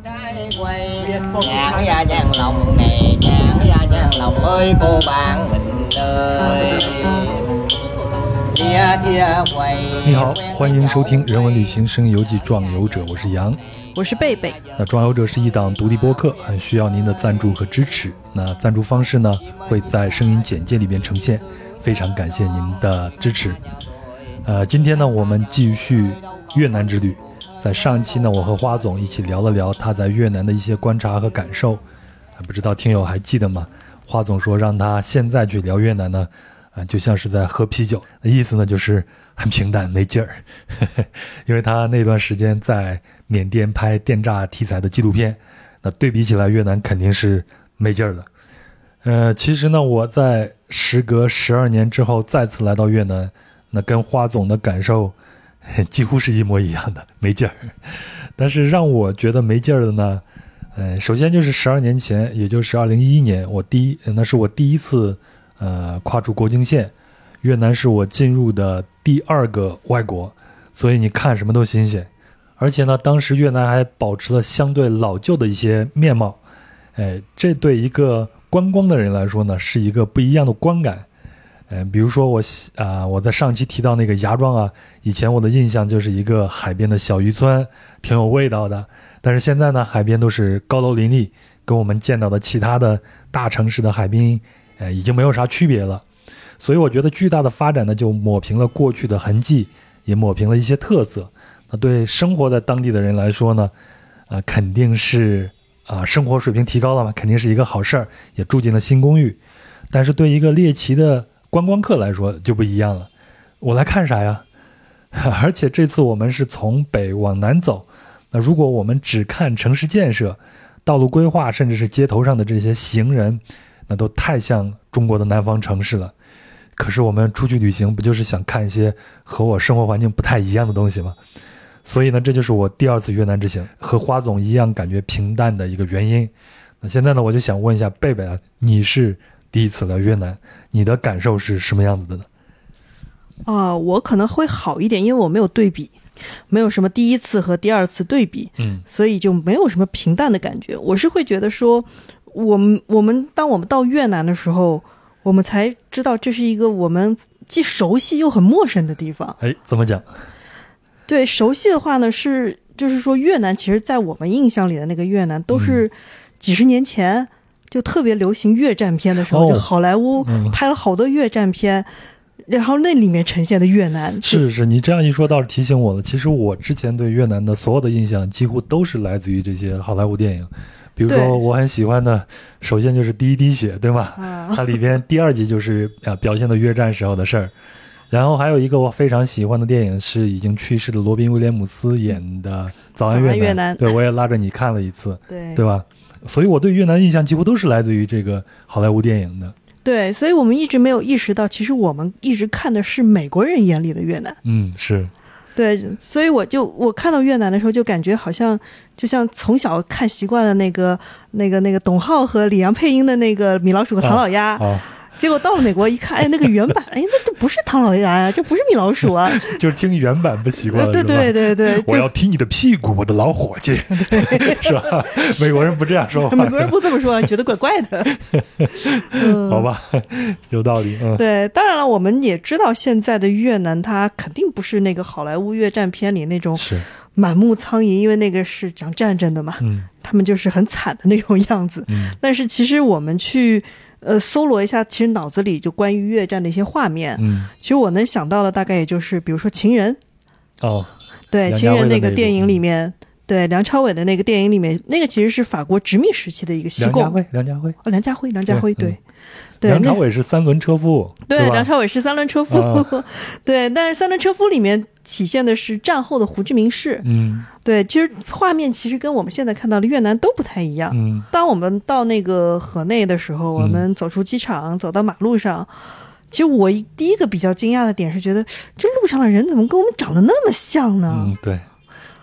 你好，欢迎收听人文旅行声游记壮游者，我是杨， 我是贝贝。 那壮游者是一档独立播客，很需要您的赞助和支持。那赞助方式呢，会在声音简介里面呈现，非常感谢您的支持。今天呢，我们继续越南之旅。在上一期呢，我和花总一起聊了聊他在越南的一些观察和感受。不知道听友还记得吗？花总说让他现在去聊越南呢，就像是在喝啤酒，意思呢就是很平淡没劲儿。因为他那段时间在缅甸拍电诈题材的纪录片，那对比起来越南肯定是没劲儿的。其实呢，我在时隔12年之后再次来到越南，那跟花总的感受几乎是一模一样的，没劲儿。但是让我觉得没劲儿的呢，首先就是12年前，也就是2011年，那是我第一次跨出国境线。越南是我进入的第2个外国，所以你看什么都新鲜。而且呢，当时越南还保持了相对老旧的一些面貌，这对一个观光的人来说呢，是一个不一样的观感。比如说我在上期提到那个芽庄啊，以前我的印象就是一个海边的小渔村，挺有味道的。但是现在呢，海边都是高楼林立，跟我们见到的其他的大城市的海滨已经没有啥区别了。所以我觉得巨大的发展呢，就抹平了过去的痕迹，也抹平了一些特色。那对生活在当地的人来说呢，肯定是生活水平提高了嘛，肯定是一个好事儿，也住进了新公寓。但是对一个猎奇的观光客来说就不一样了，我来看啥呀？而且这次我们是从北往南走，那如果我们只看城市建设、道路规划，甚至是街头上的这些行人，那都太像中国的南方城市了。可是我们出去旅行不就是想看一些和我生活环境不太一样的东西吗？所以呢，这就是我第2次越南之行，和花总一样感觉平淡的一个原因。那现在呢，我就想问一下贝贝啊，你是第1次来越南，你的感受是什么样子的呢？ 我可能会好一点，因为我没有对比，没有什么第1次和第2次对比，所以就没有什么平淡的感觉。我是会觉得说，当我们到越南的时候，我们才知道这是一个我们既熟悉又很陌生的地方。 怎么讲？ 对，熟悉的话呢，就是说越南其实在我们印象里的那个越南都是几十年前就特别流行越战片的时候，就好莱坞拍了好多越战片，然后那里面呈现的越南是你这样一说倒是提醒我了。其实我之前对越南的所有的印象几乎都是来自于这些好莱坞电影。比如说我很喜欢的，首先就是第一滴血，对吗？它里边第2集就是表现的越战时候的事儿。然后还有一个我非常喜欢的电影是已经去世的罗宾威廉姆斯演的《早安越南》，对，我也拉着你看了一次，对吧？所以我对越南印象几乎都是来自于这个好莱坞电影的。 对，所以我们一直没有意识到，其实我们一直看的是美国人眼里的越南。 是。 对，所以我看到越南的时候，就感觉好像就像从小看习惯了那个董浩和李阳配音的那个米老鼠和唐老鸭。结果到了美国一看，那个原版，那都不是唐老鸭呀，这不是米老鼠啊， 就是听原版不习惯了。 对， 我要踢你的屁股，我的老伙计，是吧？美国人不这样说话， 美国人不这么说，觉得怪怪的。 好吧，有道理。 对，当然了，我们也知道现在的越南，它肯定不是那个好莱坞越战片里那种满目苍夷，因为那个是讲战争的嘛，他们就是很惨的那种样子。但是其实我们去搜罗一下，其实脑子里就关于越战的一些画面，其实我能想到的大概也就是比如说情人，对，情人那个电影里面，对，梁朝伟的那个电影里面，那个其实是法国殖民时期的一个西贡。 梁家辉， 对。 梁朝伟是3轮车夫， 对，梁朝伟是3轮车夫，对，但是3轮车夫里面体现的是战后的胡志明市，对，其实画面其实跟我们现在看到的越南都不太一样。当我们到那个河内的时候，我们走出机场，走到马路上，其实我第一个比较惊讶的点是觉得这路上的人怎么跟我们长得那么像呢？ 对。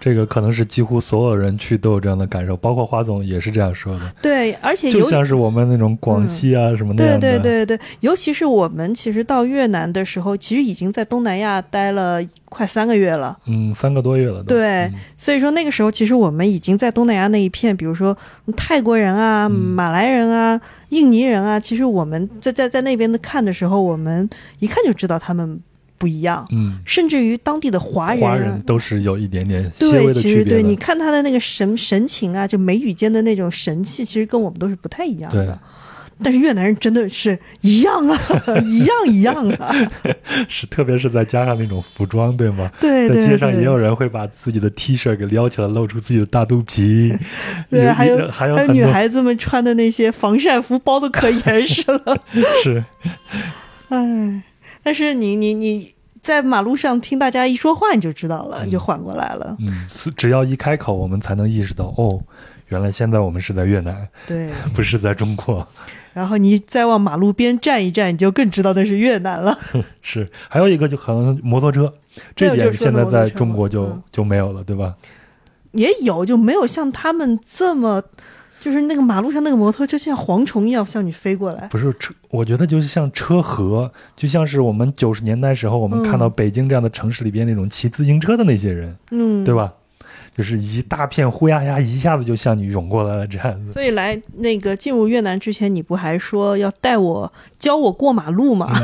这个可能是几乎所有人去都有这样的感受，包括华总也是这样说的。 对，而且就像是我们那种广西啊、什么那样的。 对对对对，尤其是我们其实到越南的时候，其实已经在东南亚待了快3个月了。 3个多月了都。 对，所以说那个时候其实我们已经在东南亚那一片，比如说泰国人啊、马来人啊、印尼人啊，其实我们在那边的看的时候，我们一看就知道他们不一样，甚至于当地的华人都是有一点点些微的区别的。 对，其实对，你看他的那个神情啊，就眉宇间的那种神气，其实跟我们都是不太一样的。但是越南人真的是一样啊，一样啊。 是，特别是再加上那种服装，对吗？ 对， 在街上也有人会把自己的 T 恤给撩起来，露出自己的大肚皮。 对，还有女孩子们穿的那些防晒服，包的可严实了。 是， 哎。但是你在马路上听大家一说话，你就知道了，你就缓过来了。 只要一开口，我们才能意识到，原来现在我们是在越南， 对， 不是在中国。 然后你再往马路边站一站，你就更知道那是越南了。 是，还有一个就可能摩托车，这点现在在中国就没有了，对吧？ 也有，就没有像他们这么。就是那个马路上那个摩托车像蝗虫一样向你飞过来， 不是车，我觉得就是像车河，就像是我们90年代时候我们看到北京这样的城市里边那种骑自行车的那些人，对吧？就是一大片呼呀呀一下子就向你涌过来了这样子。 所以来那个进入越南之前，你不还说要教我过马路吗？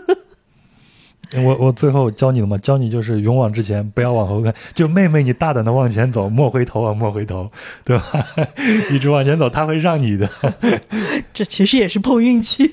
我最后教你了吗？教你就是勇往直前，不要往后看。就妹妹，你大胆的往前走，莫回头啊，莫回头，对吧？一直往前走，他会让你的。 这其实也是碰运气。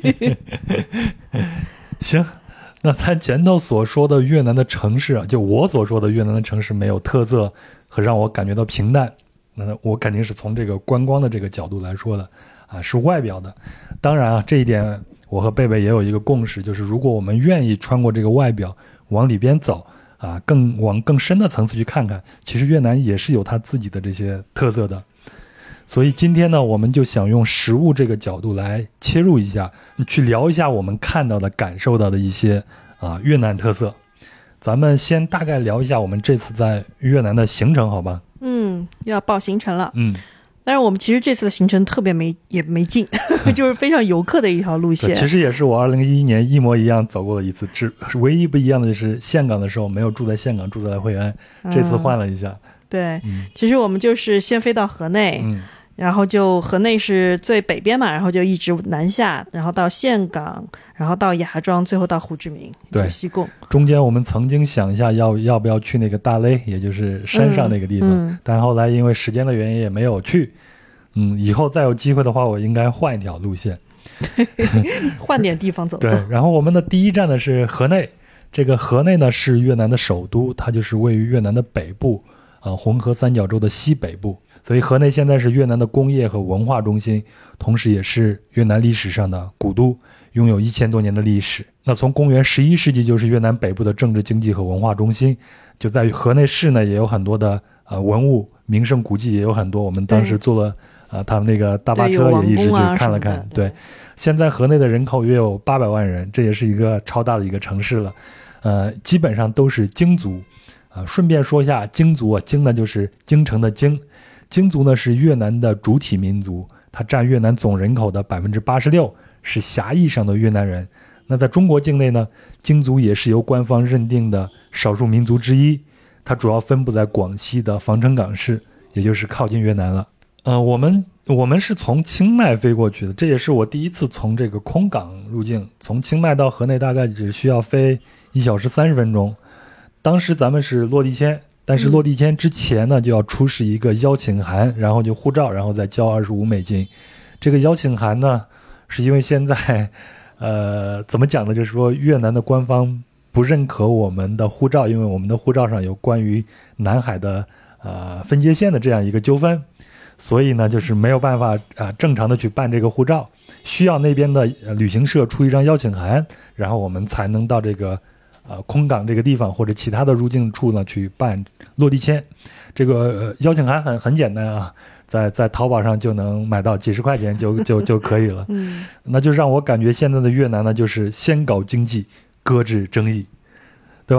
行，那咱前头所说的越南的城市啊，就我所说的越南的城市没有特色和让我感觉到平淡，那我肯定是从这个观光的这个角度来说的啊，是外表的。当然啊，这一点我和贝贝也有一个共识，就是如果我们愿意穿过这个外表往里边走啊，往更深的层次去看看，其实越南也是有它自己的这些特色的。所以今天呢，我们就想用食物这个角度来切入一下，去聊一下我们看到的感受到的一些越南特色。咱们先大概聊一下我们这次在越南的行程，好吧？ 要报行程了。但是我们其实这次的行程特别没劲，就是非常游客的一条路线。 其实也是我2011年一模一样走过了一次，唯一不一样的就是岘港的时候没有住在岘港，住在惠安，这次换了一下。 对，其实我们就是先飞到河内，然后就河内是最北边嘛，然后就一直南下，然后到岘港，然后到芽庄，最后到胡志明，就西贡。 中间我们曾经想一下要不要去那个大勒，也就是山上那个地方，但后来因为时间的原因也没有去。以后再有机会的话，我应该换一条路线， 换点地方走走。 对，然后我们的第一站呢是河内，这个河内呢是越南的首都，它就是位于越南的北部红河三角洲的西北部。所以河内现在是越南的工业和文化中心，同时也是越南历史上的古都，拥有1000多年的历史。那从公元11世纪就是越南北部的政治经济和文化中心。就在于河内市呢也有很多的文物名胜古迹，也有很多。我们当时坐了他们那个大巴车也一直去看了看。对，现在河内的人口约有800万人，这也是一个超大的一个城市了。基本上都是京族。顺便说一下京族啊，京呢就是京城的京。京族呢是越南的主体民族，它占越南总人口的86%，是狭义上的越南人。那在中国境内呢，京族也是由官方认定的少数民族之一，它主要分布在广西的防城港市，也就是靠近越南了。我们是从清迈飞过去的，这也是我第一次从这个空港入境，从清迈到河内大概只需要飞1小时30分钟。当时咱们是落地签，但是落地签之前呢，就要出示一个邀请函，然后就护照，然后再交$25。这个邀请函呢，是因为现在怎么讲呢，就是说越南的官方不认可我们的护照，因为我们的护照上有关于南海的分界线的这样一个纠纷，所以呢就是没有办法正常的去办这个护照，需要那边的旅行社出一张邀请函，然后我们才能到这个空港这个地方或者其他的入境处呢去办落地签。这个邀请函很简单啊，在淘宝上就能买到，几十块钱就可以了。那就让我感觉现在的越南呢，就是先搞经济，搁置争议，对吧？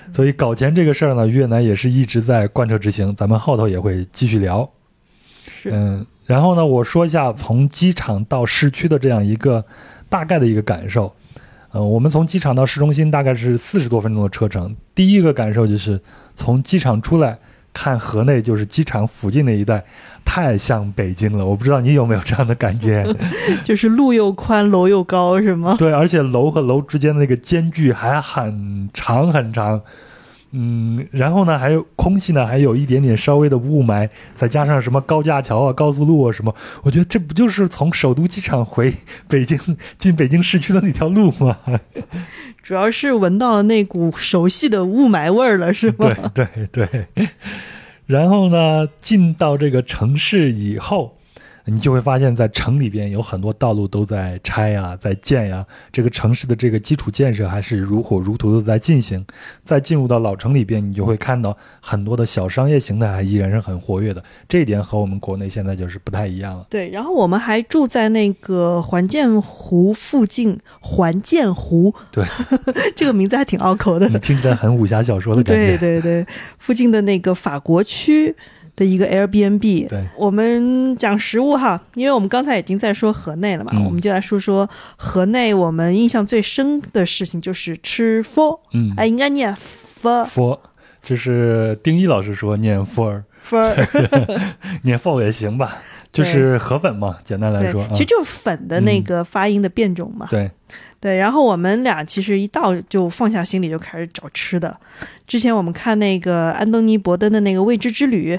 所以搞钱这个事儿呢，越南也是一直在贯彻执行，咱们后头也会继续聊。然后呢，我说一下从机场到市区的这样一个大概的一个感受。我们从机场到市中心大概是40多分钟的车程。第一个感受就是从机场出来看河内，就是机场附近那一带，太像北京了。我不知道你有没有这样的感觉？ 就是路又宽，楼又高，是吗？ 对，而且楼和楼之间的那个间距还很长很长。然后呢，还有空气呢，还有一点点稍微的雾霾，再加上什么高架桥啊、高速路啊什么，我觉得这不就是从首都机场回北京进北京市区的那条路吗？ 主要是闻到了那股熟悉的雾霾味儿了，是吗？ 对对对。然后呢，进到这个城市以后，你就会发现在城里边有很多道路都在拆呀，在建呀，这个城市的这个基础建设还是如火如荼的在进行。再进入到老城里边，你就会看到很多的小商业形态还依然是很活跃的，这一点和我们国内现在就是不太一样了。 对，然后我们还住在那个环建湖附近，环建湖， 对这个名字还挺拗口的， 听起来很武侠小说的感觉。 对对对，附近的那个法国区的一个 Airbnb。 对， 我们讲食物哈，因为我们刚才已经在说河内了嘛，我们就来说说河内我们印象最深的事情就是吃麸。应该念麸， 这是丁一老师说念麸念麸也行吧，就是河粉嘛，简单来说其实就是粉的那个发音的变种嘛。对，然后我们俩其实一到就放下行李就开始找吃的。之前我们看那个安东尼·伯登的那个未知之旅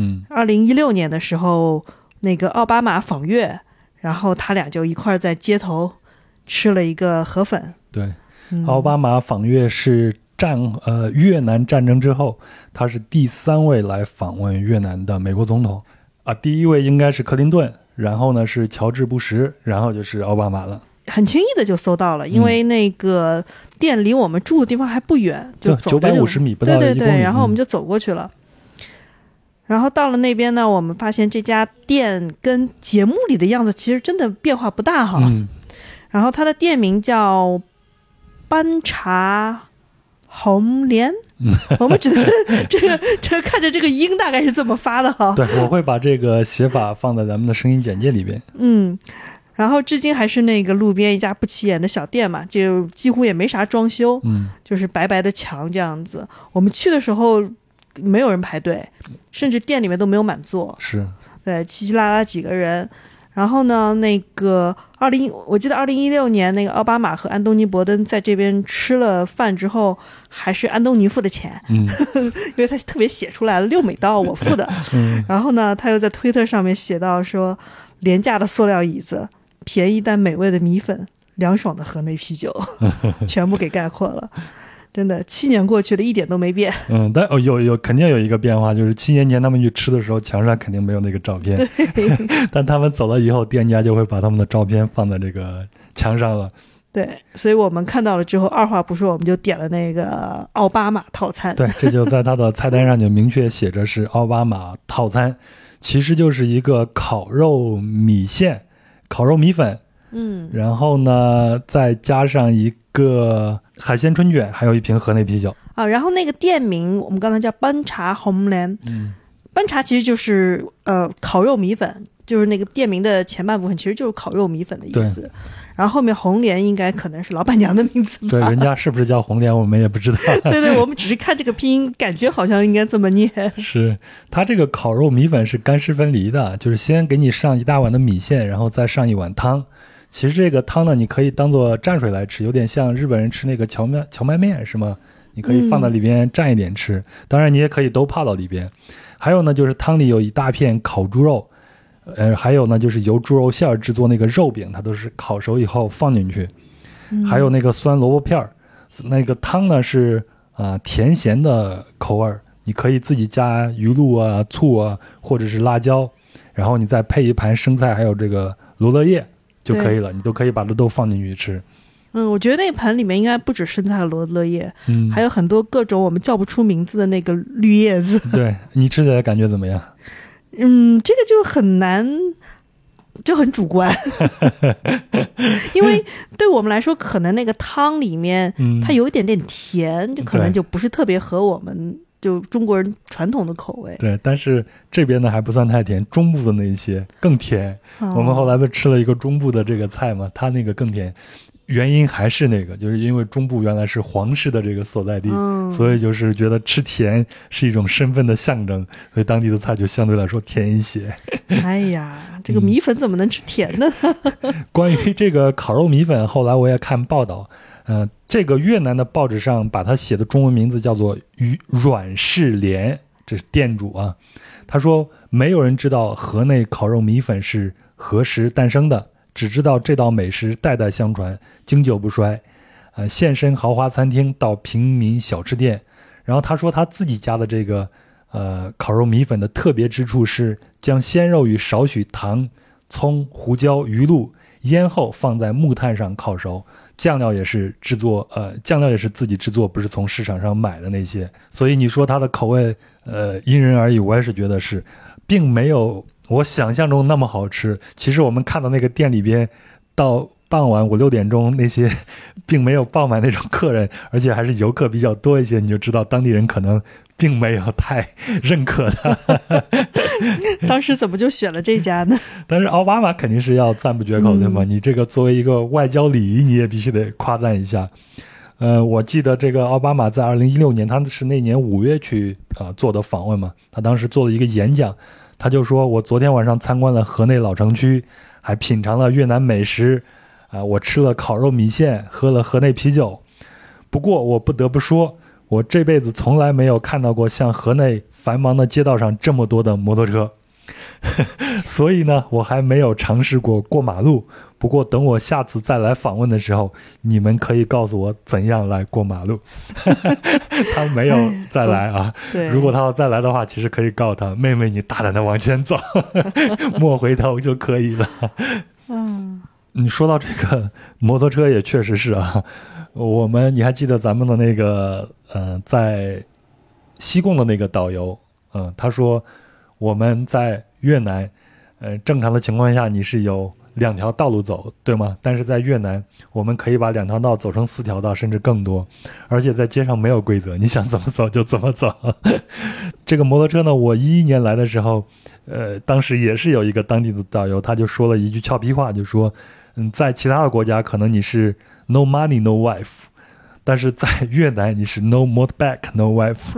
，2016年的时候，那个奥巴马访越，然后他俩就一块在街头吃了一个河粉。 对，奥巴马访越是越南战争之后，他是第3位来访问越南的美国总统啊。第1位应该是克林顿，然后呢是乔治·布什，然后就是奥巴马了。 很轻易的就搜到了，因为那个店离我们住的地方还不远，就走 950米不到1公里。 对，然后我们就走过去了。然后到了那边呢，我们发现这家店跟节目里的样子其实真的变化不大哈。然后它的店名叫班茶红莲，我们只能这个看着这个音大概是这么发的哈。 对，我会把这个写法放在咱们的声音简介里边。 然后至今还是那个路边一家不起眼的小店嘛，就几乎也没啥装修，就是白白的墙这样子。我们去的时候没有人排队，甚至店里面都没有满座， 是对，稀稀拉拉几个人。然后呢，那个我记得2016年那个奥巴马和安东尼·伯登在这边吃了饭之后，还是安东尼付的钱，因为他特别写出来了$6我付的。然后呢，他又在推特上面写到说，廉价的塑料椅子，便宜但美味的米粉，凉爽的河内啤酒，全部给概括了。真的7年过去了，一点都没变。 但肯定有一个变化，就是7年前他们去吃的时候，墙上肯定没有那个照片，但他们走了以后，店家就会把他们的照片放在这个墙上了。 对，所以我们看到了之后，二话不说，我们就点了那个奥巴马套餐。 对，这就在他的菜单上就明确写着是奥巴马套餐，其实就是一个烤肉米线、烤肉米粉，然后呢再加上一个海鲜春卷，还有一瓶河内啤酒啊。然后那个店名我们刚才叫班茶红莲，班茶其实就是烤肉米粉，就是那个店名的前半部分其实就是烤肉米粉的意思。然后后面红莲应该可能是老板娘的名字吧。 对，人家是不是叫红莲我们也不知道。 对，我们只是看这个拼音，感觉好像应该这么念。 是，它这个烤肉米粉是干湿分离的，就是先给你上一大碗的米线，然后再上一碗汤。其实这个汤呢，你可以当做蘸水来吃，有点像日本人吃那个荞麦面是吗？你可以放在里边蘸一点吃，当然你也可以都泡到里边。还有呢，就是汤里有一大片烤猪肉，还有呢就是由猪肉馅制作那个肉饼，它都是烤熟以后放进去。还有那个酸萝卜片，那个汤呢是甜咸的口味，你可以自己加鱼露啊、醋啊，或者是辣椒，然后你再配一盘生菜，还有这个罗勒叶就可以了，你都可以把它都放进去吃。 我觉得那盘里面应该不止生菜和罗勒叶，还有很多各种我们叫不出名字的那个绿叶子。 对，你吃起来感觉怎么样？ 这个就很难就很主观因为对我们来说可能那个汤里面它有一点点甜，就可能就不是特别合我们就中国人传统的口味。 对，但是这边呢还不算太甜，中部的那一些更甜。我们后来不吃了一个中部的这个菜嘛，它那个更甜。原因还是那个，就是因为中部原来是皇室的这个所在地，所以就是觉得吃甜是一种身份的象征，所以当地的菜就相对来说甜一些。 哎呀，这个米粉怎么能吃甜的呢？ 关于这个烤肉米粉，后来我也看报道，这个越南的报纸上把它写的中文名字叫做阮氏莲，这是店主啊。他说没有人知道河内烤肉米粉是何时诞生的，只知道这道美食代代相传，经久不衰，现身豪华餐厅到平民小吃店。然后他说他自己家的这个烤肉米粉的特别之处是将鲜肉与少许糖、葱、胡椒、鱼露腌后放在木炭上烤熟，酱料也是自己制作，不是从市场上买的那些。所以你说它的口味因人而异，我也是觉得是并没有我想象中那么好吃。其实我们看到那个店里边到傍晚5、6点钟那些并没有爆满那种客人，而且还是游客比较多一些，你就知道当地人可能并没有太认可它当时怎么就选了这家呢？ 但是奥巴马肯定是要赞不绝口，对吗？你这个作为一个外交礼仪，你也必须得夸赞一下。我记得这个奥巴马在2016年，他是那年5月去做的访问嘛，他当时做了一个演讲，他就说我昨天晚上参观了河内老城区，还品尝了越南美食，我吃了烤肉米线，喝了河内啤酒。不过我不得不说，我这辈子从来没有看到过像河内繁忙的街道上这么多的摩托车所以呢我还没有尝试过过马路，不过等我下次再来访问的时候，你们可以告诉我怎样来过马路他没有再来啊，如果他要再来的话，其实可以告诉他，妹妹你大胆的往前走莫回头就可以了。你说到这个摩托车也确实是啊，你还记得咱们的那个在西贡的那个导游，他说我们在越南正常的情况下你是有2条道路走，对吗？但是在越南我们可以把2条道走成4条道甚至更多，而且在街上没有规则，你想怎么走就怎么走这个摩托车呢，我11年来的时候当时也是有一个当地的导游，他就说了一句俏皮话，就说在其他的国家可能你是 no money no wife， 但是在越南你是 no motorbike no wife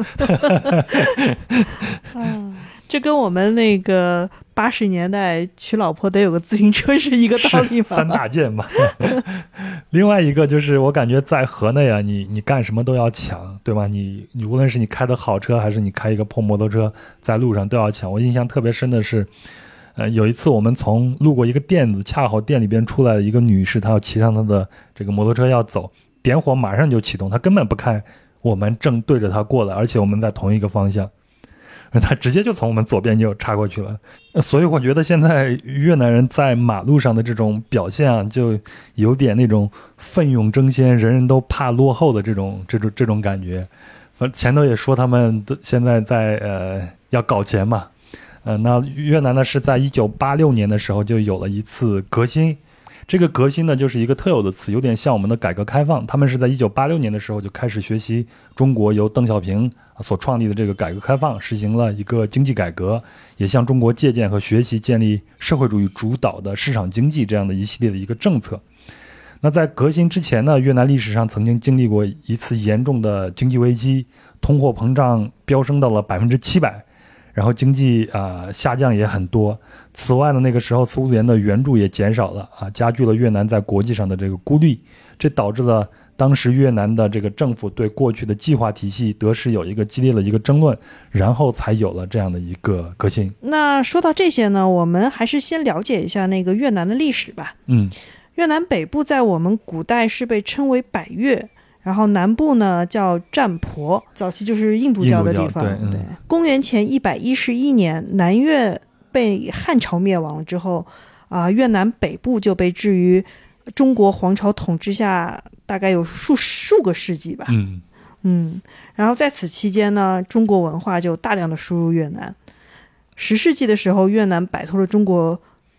这跟我们那个80年代娶老婆得有个自行车是一个道理吗 ？3大件嘛另外一个就是我感觉在河内啊，你干什么都要抢，对吧？你无论是你开的好车还是你开一个破摩托车，在路上都要抢。我印象特别深的是有一次我们路过一个店子，恰好店里边出来了一个女士，她要骑上她的这个摩托车要走，点火马上就启动，她根本不看我们正对着她过来，而且我们在同一个方向，他直接就从我们左边就插过去了。所以我觉得现在越南人在马路上的这种表现啊，就有点那种奋勇争先，人人都怕落后的这种感觉。前头也说他们现在在要搞钱嘛，那越南呢是在1986年的时候就有了一次革新。这个革新呢就是一个特有的词，有点像我们的改革开放。他们是在1986年的时候就开始学习中国由邓小平所创立的这个改革开放，实行了一个经济改革，也向中国借鉴和学习建立社会主义主导的市场经济这样的一系列的一个政策。那在革新之前呢，越南历史上曾经经历过一次严重的经济危机，通货膨胀飙升到了700%，然后经济下降也很多。此外呢，那个时候苏联的援助也减少了加剧了越南在国际上的这个孤立，这导致了当时越南的这个政府对过去的计划体系得失有一个激烈的一个争论，然后才有了这样的一个革新。 那说到这些呢，我们还是先了解一下那个越南的历史吧。越南北部在我们古代是被称为百越，然后南部呢叫占婆，早期就是印度教的地方。对，公元前111年，南越被汉朝灭亡了之后越南北部就被置于中国皇朝统治下，大概有数个世纪吧。然后在此期间呢，中国文化就大量的输入越南。10世纪的时候，越南摆脱了中国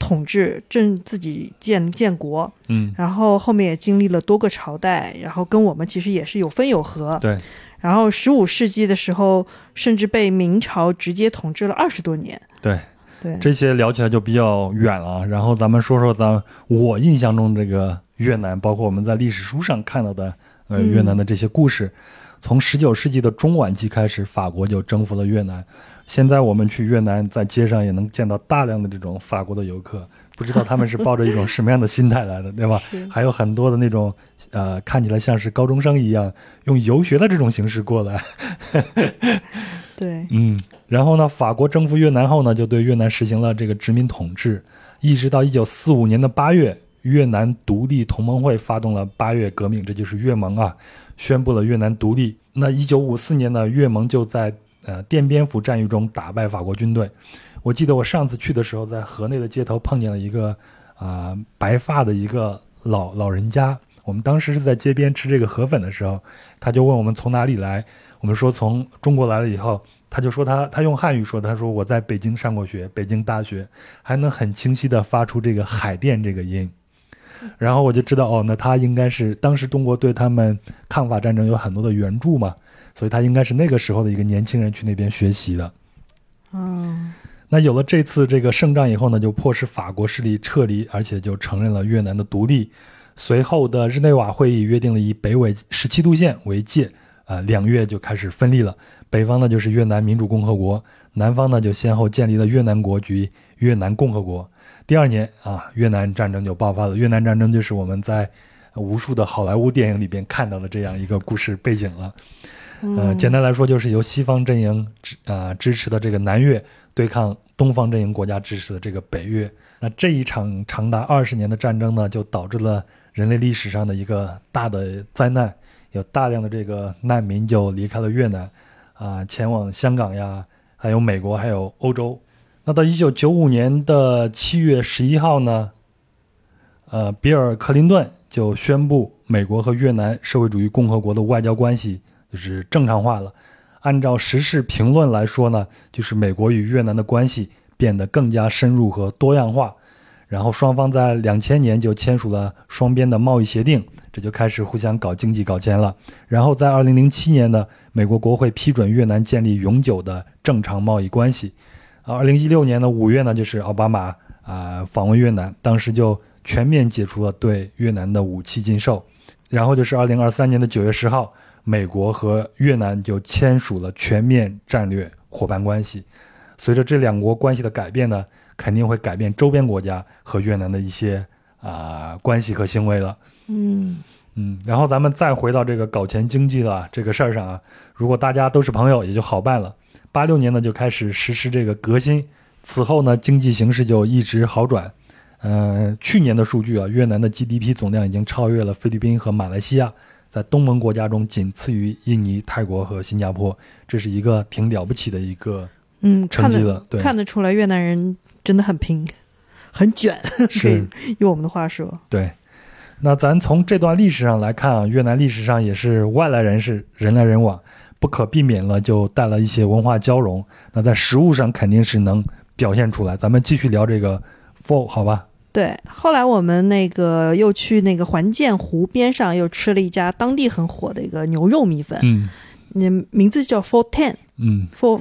统治，自己建国，然后后面也经历了多个朝代，然后跟我们其实也是有分有合。 对。 然后15世纪的时候，甚至被明朝直接统治了20多年。 对，这些聊起来就比较远了。然后咱们说说我印象中这个越南，包括我们在历史书上看到的越南的这些故事。从19世纪的中晚期开始，法国就征服了越南。现在我们去越南，在街上也能见到大量的这种法国的游客，不知道他们是抱着一种什么样的心态来的，对吧？还有很多的那种看起来像是高中生一样用游学的这种形式过来。 对， 然后呢，法国征服越南后呢，就对越南实行了这个殖民统治，一直到1945年的8月，越南独立同盟会发动了8月革命，这就是越盟啊，宣布了越南独立。那1954年呢，越盟就在奠边府战役中打败法国军队。我记得我上次去的时候，在河内的街头碰见了一个白发的一个老人家。我们当时是在街边吃这个河粉的时候，他就问我们从哪里来，我们说从中国来了以后，他就说他用汉语说，他说我在北京上过学，北京大学，还能很清晰地发出这个海淀这个音。然后我就知道那他应该是当时中国对他们抗法战争有很多的援助嘛，所以他应该是那个时候的一个年轻人去那边学习的。那有了这次这个胜仗以后呢，就迫使法国势力撤离，而且就承认了越南的独立。随后的日内瓦会议约定了以北纬17度线为界，2月就开始分立了。北方呢就是越南民主共和国，南方呢就先后建立了越南国及越南共和国。第2年越南战争就爆发了。越南战争就是我们在无数的好莱坞电影里边看到的这样一个故事背景了。简单来说就是由西方阵营支持的这个南越对抗东方阵营国家支持的这个北越。那这一场长达20年的战争呢，就导致了人类历史上的一个大的灾难，有大量的这个难民就离开了越南前往香港呀，还有美国，还有欧洲。那到1995年的7月11号呢，比尔·克林顿就宣布美国和越南社会主义共和国的外交关系就是正常化了。按照时事评论来说呢，就是美国与越南的关系变得更加深入和多样化。然后双方在2000年就签署了双边的贸易协定，这就开始互相搞经济搞钱了。然后在2007年呢，美国国会批准越南建立永久的正常贸易关系。2016年的5月呢，就是奥巴马访问越南，当时就全面解除了对越南的武器禁售。然后就是2023年的9月10号，美国和越南就签署了全面战略伙伴关系。随着这两国关系的改变呢，肯定会改变周边国家和越南的一些关系和行为了。然后咱们再回到这个搞钱经济了这个事儿上如果大家都是朋友也就好办了。86年呢就开始实施这个革新，此后呢经济形势就一直好转。去年的数据越南的 GDP 总量已经超越了菲律宾和马来西亚，在东盟国家中仅次于印尼、泰国和新加坡，这是一个挺了不起的一个成绩了。 看得出来越南人真的很拼很卷，是用我们的话说。 对，那咱从这段历史上来看越南历史上也是外来人士人来人往，不可避免了就带来一些文化交融，那在食物上肯定是能表现出来。咱们继续聊这个 pho 好吧。 对，后来我们又去环建湖边上又吃了一家当地很火的一个牛肉米粉，名字叫 pho Ten，pho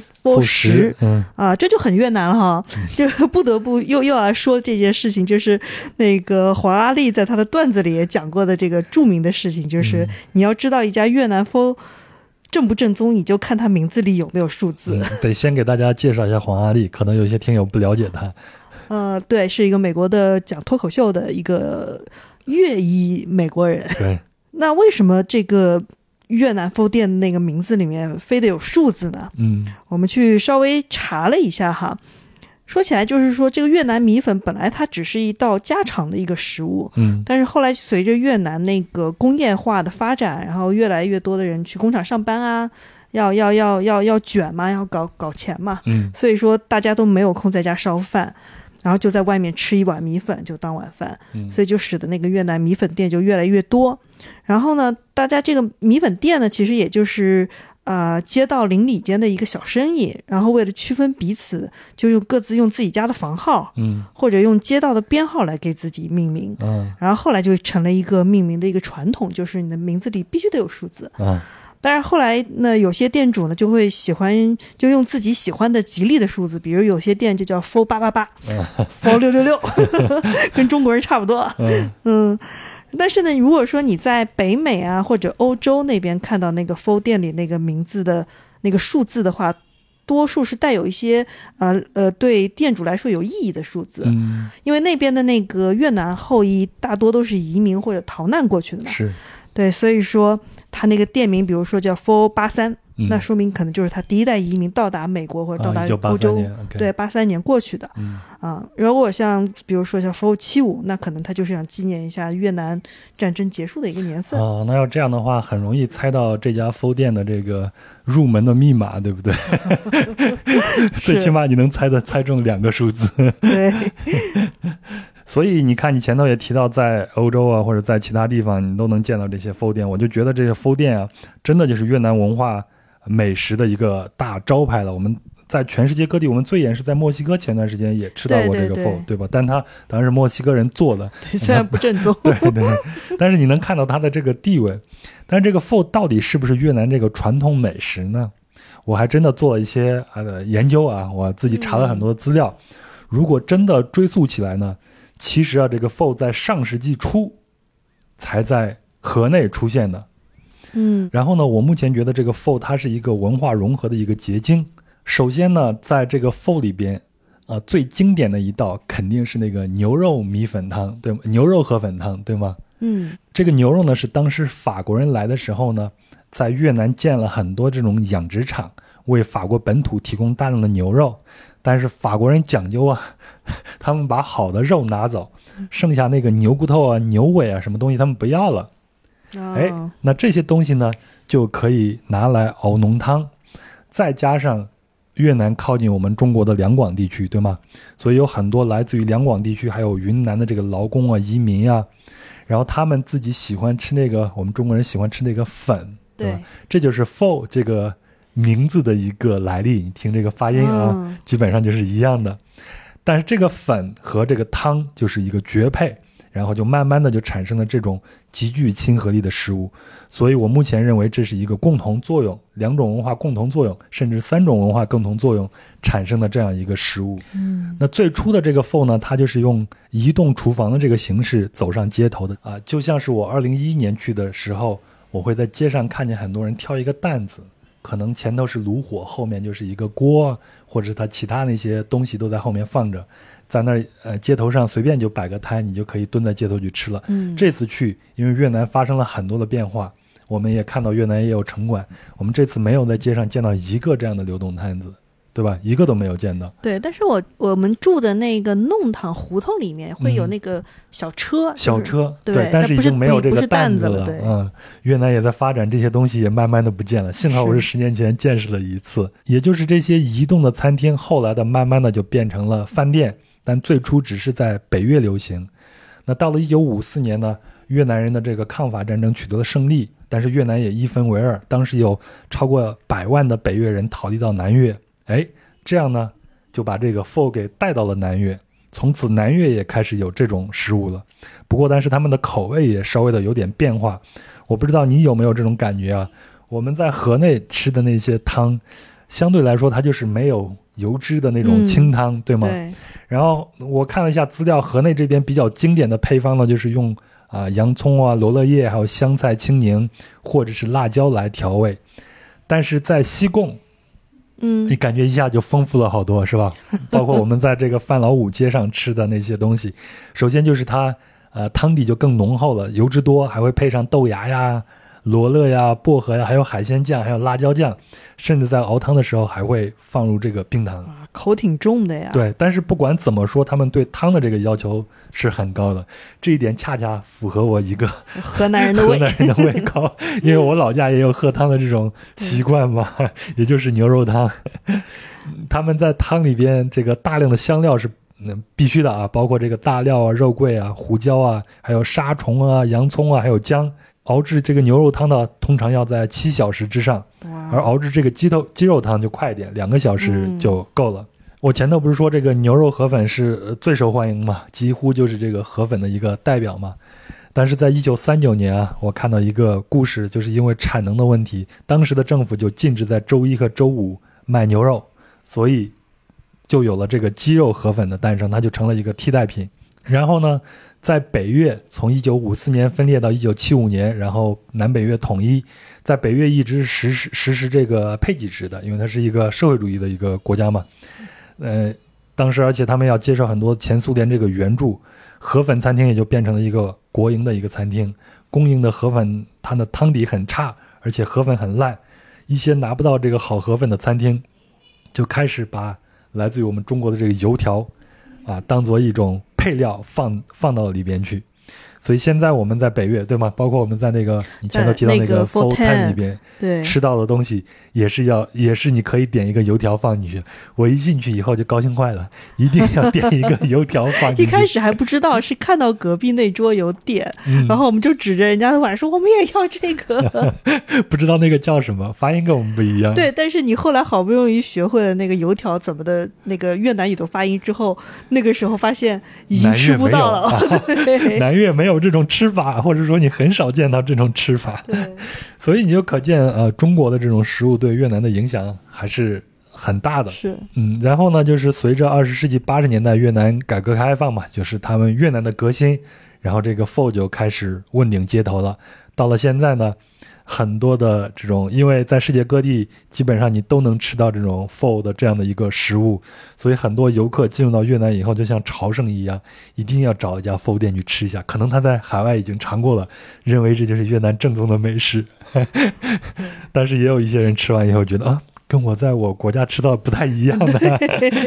10，这就很越南了哈。就不得不又要说这件事情，就是黄阿丽在他的段子里也讲过的这个著名的事情，就是你要知道一家越南 pho正不正宗，你就看他名字里有没有数字。 得先给大家介绍一下黄阿丽，可能有些听友不了解他。 对，是一个美国的讲脱口秀的一个越裔美国人。 对， 那为什么这个越南 pho 店的那个名字里面非得有数字呢？我们去稍微查了一下哈。说起来就是说，这个越南米粉本来它只是一道家常的一个食物，但是后来随着越南工业化的发展，然后越来越多的人去工厂上班要卷嘛，要搞钱嘛，所以说大家都没有空在家烧饭。 然后就在外面吃一碗米粉就当晚饭，所以就使得那个越南米粉店就越来越多。然后呢，大家这个米粉店呢，其实也就是街道邻里间的一个小生意，然后为了区分彼此，就各自用自己家的房号，或者用街道的编号来给自己命名，然后后来就成了一个命名的一个传统，就是你的名字里必须得有数字。但是后来呢，有些店主呢就会喜欢就用自己喜欢的吉利的数字，比如有些店就叫 488 466跟中国人差不多。但是呢，如果说你在北美啊或者欧洲那边看到那个 4 店里那个名字的那个数字的话，多数是带有一些对店主来说有意义的数字，因为那边的那个越南后裔大多都是移民或者逃难过去的嘛， 是， 对，所以说他那个店名比如说叫483，那说明可能就是他第一代移民到达美国或者到达欧洲，对，83年过去的。如果像比如说像475，那可能他就是想纪念一下越南战争结束的一个年份。 那要这样的话，很容易猜到这家 4 店的这个入门的密码，对不对？最起码你能猜中2个数字。 对。 所以你看，你前头也提到，在欧洲啊，或者在其他地方，你都能见到这些 4 店。我就觉得这些 4 店啊，真的就是越南文化美食的一个大招牌了。我们在全世界各地，我们最远是在墨西哥，前段时间也吃到过这个 4， 对吧？但它当然是墨西哥人做的， 虽然不正宗， 对，但是你能看到它的这个地位。但是这个 4到底是不是越南这个传统美食呢？我还真的做了一些研究啊，我自己查了很多资料。如果真的追溯起来呢，其实啊，这个 4在上世纪初才在河内出现的。然后呢，我目前觉得这个 4它是一个文化融合的一个结晶。首先呢，在这个 4里边最经典的一道肯定是那个牛肉米粉汤，对吗？牛肉河粉汤，对吗？这个牛肉呢，是当时法国人来的时候呢，在越南建了很多这种养殖场，为法国本土提供大量的牛肉。但是法国人讲究啊，他们把好的肉拿走，剩下那个牛骨头啊、牛尾啊什么东西他们不要了。那这些东西呢就可以拿来熬浓汤，再加上越南靠近我们中国的两广地区，对吗？所以有很多来自于两广地区还有云南的这个劳工啊、移民啊，然后他们自己喜欢吃那个我们中国人喜欢吃那个粉，对吧？这就是 4这个名字的一个来历，你听这个发音啊，基本上就是一样的。但是这个粉和这个汤就是一个绝配，然后就慢慢的就产生了这种极具亲和力的食物。所以我目前认为这是一个共同作用，2种文化共同作用，甚至3种文化共同作用产生的这样一个食物。那最初的这个 4呢，它就是用移动厨房的这个形式走上街头的啊，就像是我2011年去的时候，我会在街上看见很多人挑一个担子，可能前头是炉火，后面就是一个锅，或者是它其他那些东西都在后面放着，在那儿街头上随便就摆个摊，你就可以蹲在街头去吃了。这次去，因为越南发生了很多的变化，我们也看到越南也有城管，我们这次没有在街上见到一个这样的流动摊子，对吧？一个都没有见到。 对，但是我们住的那个弄堂胡同里面会有那个小车， 小车， 对， 但是已经没有这个担子了。对， 越南也在发展这些东西，也慢慢的不见了。幸好我是10年前见识了一次，也就是这些移动的餐厅，后来的慢慢的就变成了饭店，但最初只是在北越流行。那到了1954年呢，越南人的这个抗法战争取得了胜利，但是越南也一分为二，当时有超过100万的北越人逃离到南越。这样呢就把这个 4给带到了南越，从此南越也开始有这种食物了。不过但是他们的口味也稍微的有点变化，我不知道你有没有这种感觉啊？我们在河内吃的那些汤，相对来说它就是没有油脂的那种清汤，对吗？ 对。 然后我看了一下资料，河内这边比较经典的配方呢，就是用洋葱啊、罗勒叶还有香菜、青柠或者是辣椒来调味。但是在西贡你感觉一下就丰富了好多，是吧？包括我们在这个范老五街上吃的那些东西，首先就是它汤底就更浓厚了，油脂多，还会配上豆芽呀、罗勒呀、薄荷呀，还有海鲜酱，还有辣椒酱，甚至在熬汤的时候还会放入这个冰糖， 口挺重的呀。 对，但是不管怎么说，他们对汤的这个要求是很高的，这一点恰恰符合我一个河南人的胃口，因为我老家也有喝汤的这种习惯嘛，也就是牛肉汤。他们在汤里边这个大量的香料是必须的啊，包括这个大料啊、肉桂啊、胡椒啊，还有沙虫啊、洋葱啊，还有姜。熬制这个牛肉汤呢，通常要在7小时之上，而熬制这个鸡肉汤就快一点，2个小时就够了。我前头不是说这个牛肉河粉是最受欢迎嘛，几乎就是这个河粉的一个代表嘛。但是在1939年啊，我看到一个故事，就是因为产能的问题，当时的政府就禁止在周一和周五卖牛肉，所以就有了这个鸡肉河粉的诞生，它就成了一个替代品。然后呢，在北越从1954年分裂到1975年，然后南北越统一，在北越一直实施这个配给制的，因为它是一个社会主义的一个国家嘛。当时而且他们要接受很多前苏联这个援助，河粉餐厅也就变成了一个国营的一个餐厅，供应的河粉它的汤底很差，而且河粉很烂，一些拿不到这个好河粉的餐厅就开始把来自于我们中国的这个油条啊当做一种配料放到里边去。所以现在我们在北越，对吗？包括我们在那个你前头提到那个 Full Time 里边， 对， 吃到的东西也是你可以点一个油条放进去。我一进去以后就高兴坏了，一定要点一个油条放进去。 一开始还不知道，是看到隔壁那桌有点，然后我们就指着人家的碗说我们也要这个。 不知道那个叫什么，发音跟我们不一样。 对，但是你后来好不容易学会了那个油条怎么的那个越南语的发音之后，那个时候发现已经吃不到了。 南越没有这种吃法，或者说你很少见到这种吃法。 对， 所以你就可见中国的这种食物对越南的影响还是很大的。 是， 然后呢，就是随着20世纪80年代越南改革开放嘛，就是他们越南的革新，然后这个 Pho 就开始问鼎街头了。到了现在呢，很多的这种，因为在世界各地基本上你都能吃到这种 Pho 的这样的一个食物，所以很多游客进入到越南以后就像朝圣一样，一定要找一家 Pho 店去吃一下。可能他在海外已经尝过了，认为这就是越南正宗的美食。但是也有一些人吃完以后觉得跟我在我国家吃到的不太一样的。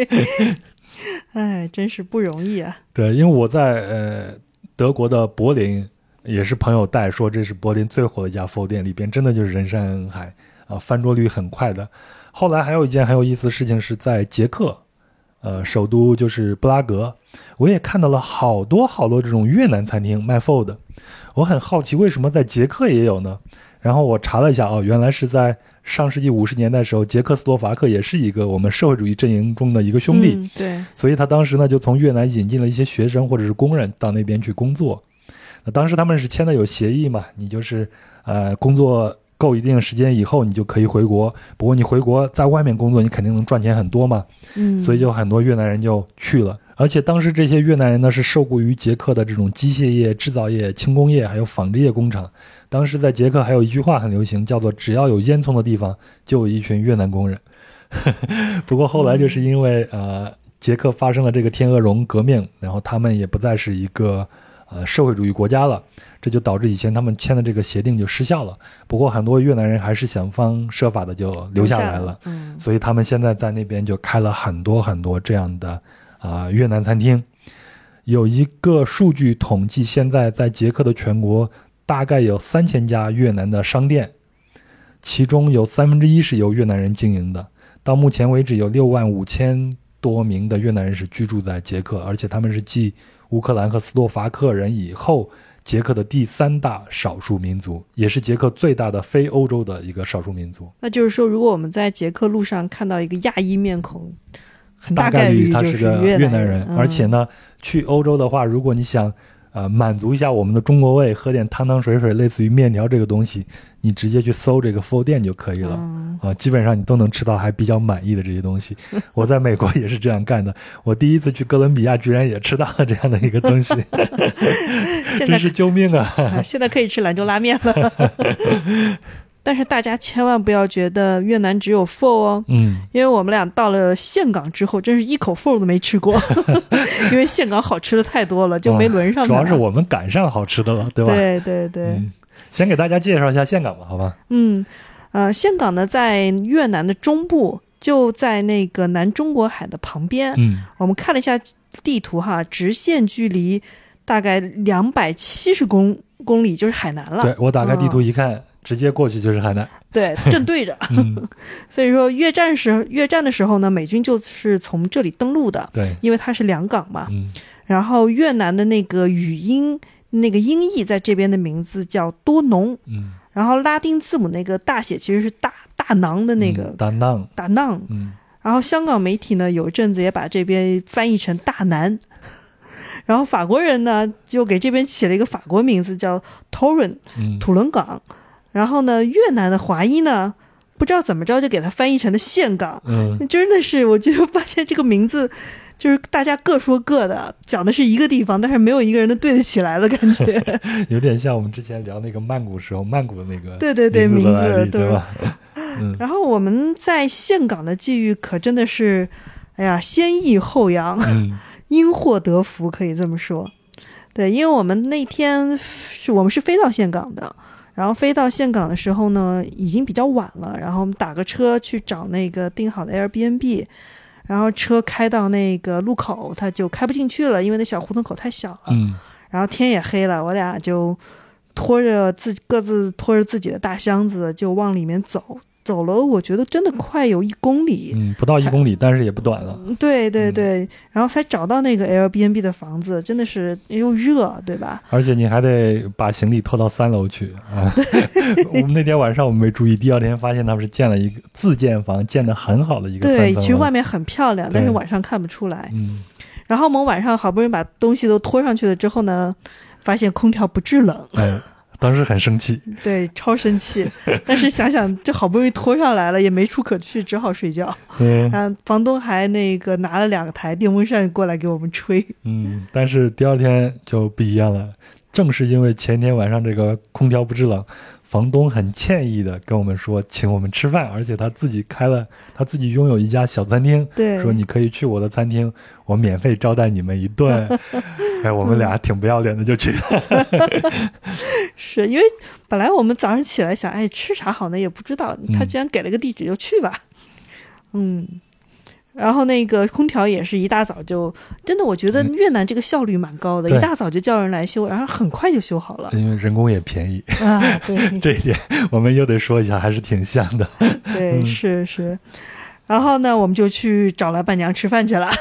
哎，真是不容易啊。 对，因为我在德国的柏林，也是朋友带说这是柏林最火的一家 Pho 店，里边真的就是人山人海啊，翻桌率很快的。后来还有一件很有意思的事情是在捷克，首都就是布拉格，我也看到了好多这种越南餐厅卖 Pho 的。我很好奇为什么在捷克也有呢？然后我查了一下，原来是在上世纪50年代的时候，捷克斯洛伐克也是一个我们社会主义阵营中的一个兄弟。 对， 所以他当时呢就从越南引进了一些学生或者是工人到那边去工作。那当时他们是签的有协议嘛，你就是工作够一定时间以后你就可以回国，不过你回国在外面工作你肯定能赚钱很多嘛。所以就很多越南人就去了。而且当时这些越南人呢是受雇于捷克的这种机械业、制造业、轻工业还有纺织业工厂。当时在捷克还有一句话很流行，叫做只要有烟囱的地方就有一群越南工人。不过后来就是因为捷克发生了这个天鹅绒革命，然后他们也不再是一个社会主义国家了，这就导致以前他们签的这个协定就失效了。不过很多越南人还是想方设法的就留下来了。所以他们现在在那边就开了很多这样的越南餐厅。有一个数据统计，现在在捷克的全国大概有3000家越南的商店，其中有1/3是由越南人经营的。到目前为止有65000多名的越南人是居住在捷克，而且他们是继乌克兰和斯洛伐克人以后捷克的第3大少数民族，也是捷克最大的非欧洲的一个少数民族。 那就是说，如果我们在捷克路上看到一个亚裔面孔，很大概率他是个越南人。而且呢，去欧洲的话，如果你想满足一下我们的中国胃，喝点汤汤水水类似于面条这个东西，你直接去搜这个 Pho 店就可以了。基本上你都能吃到还比较满意的这些东西。我在美国也是这样干的，我第一次去哥伦比亚居然也吃到了这样的一个东西。真是救命啊！ 现在可以吃兰州拉面了。但是大家千万不要觉得越南只有 Pho 哦，因为我们俩到了岘港之后，真是一口 Pho 都没吃过。因为岘港好吃的太多了，就没轮上。 主要是我们赶上好吃的了，对吧？ 对。 先给大家介绍一下岘港吧，好吧？ 岘港呢在越南的中部，就在那个南中国海的旁边。我们看了一下地图哈，直线距离大概270公里就是海南了。 对，我打开地图一看， 直接过去就是海南， 对，正对着。所以说越战的时候呢，美军就是从这里登陆的， 对， 因为它是两港嘛。然后越南的那个语音那个音译在这边的名字叫多农，然后拉丁字母那个大写其实是大囊的那个大囊， 然后香港媒体呢有一阵子也把这边翻译成大南。然后法国人呢就给这边起了一个法国名字叫 Toren， 土伦港。然后呢越南的华裔呢不知道怎么着就给它翻译成了岘港。真的是我就发现这个名字就是大家各说各的，讲的是一个地方，但是没有一个人能对得起来的感觉。 有点像我们之前聊那个曼谷时候曼谷的那个对名字对吧？ 然后我们在岘港的际遇可真的是哎呀先抑后扬，因祸得福可以这么说。对，因为我们那天我们是飞到岘港的，然后飞到岘港的时候呢已经比较晚了，然后我们打个车去找那个订好的 Airbnb， 然后车开到那个路口它就开不进去了，因为那小胡同口太小了。然后天也黑了，我俩就各自拖着自己的大箱子就往里面走了，我觉得真的快有1公里， 不到1公里，但是也不短了。 对，然后才找到那个 Airbnb 的房子，真的是又热，对吧？ 而且你还得把行李拖到3楼去啊！我们那天晚上我们没注意，第二天发现他们是建了一个自建房，建得很好的一个3层楼。 对，其实外面很漂亮，但是晚上看不出来。然后我们晚上好不容易把东西都拖上去了之后呢，发现空调不制冷。 当时很生气， 对，超生气。但是想想这好不容易拖上来了，也没处可去，只好睡觉。然后房东还那个拿了2台电风扇过来给我们吹。 但是第二天就不一样了，正是因为前天晚上这个空调不制冷，房东很歉意的跟我们说请我们吃饭，而且他自己拥有一家小餐厅， 对， 说你可以去我的餐厅，我免费招待你们一顿。我们俩挺不要脸的就去。 是因为本来我们早上起来想吃啥好呢，也不知道他居然给了个地址，就去吧。然后那个空调也是一大早就，真的我觉得越南这个效率蛮高的，一大早就叫人来修，然后很快就修好了， 因为人工也便宜啊。对， 这一点我们又得说一下，还是挺像的。 对，是。然后呢我们就去找老板娘吃饭去了。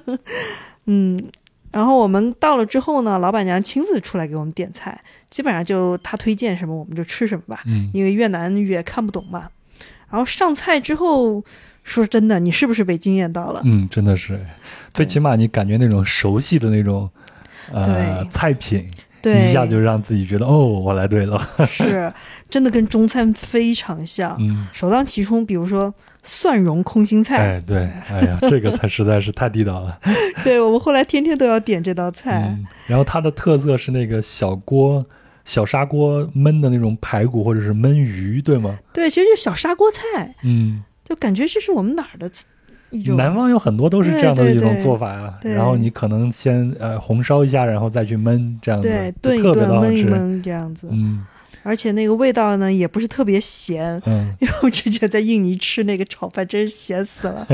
然后我们到了之后呢，老板娘亲自出来给我们点菜，基本上就她推荐什么我们就吃什么吧。因为越南语也看不懂嘛。然后上菜之后，说真的，你是不是被惊艳到了？ 真的是，最起码你感觉那种熟悉的那种菜品， 对， 一下就让自己觉得我来对了。是， 真的跟中餐非常像。首当其冲，比如说蒜蓉空心菜。 对，这个它实在是太地道了。 对，我们后来天天都要点这道菜。 然后它的特色是那个小砂锅焖的那种排骨或者是焖鱼，对吗？对， 其实就小砂锅菜。就感觉这是我们哪儿的一种， 南方有很多都是这样的一种做法啊。然后你可能先红烧一下，然后再去焖，这样子， 对，炖一炖，焖一焖这样子。而且那个味道呢也不是特别咸。因为我之前在印尼吃那个炒饭真是咸死了。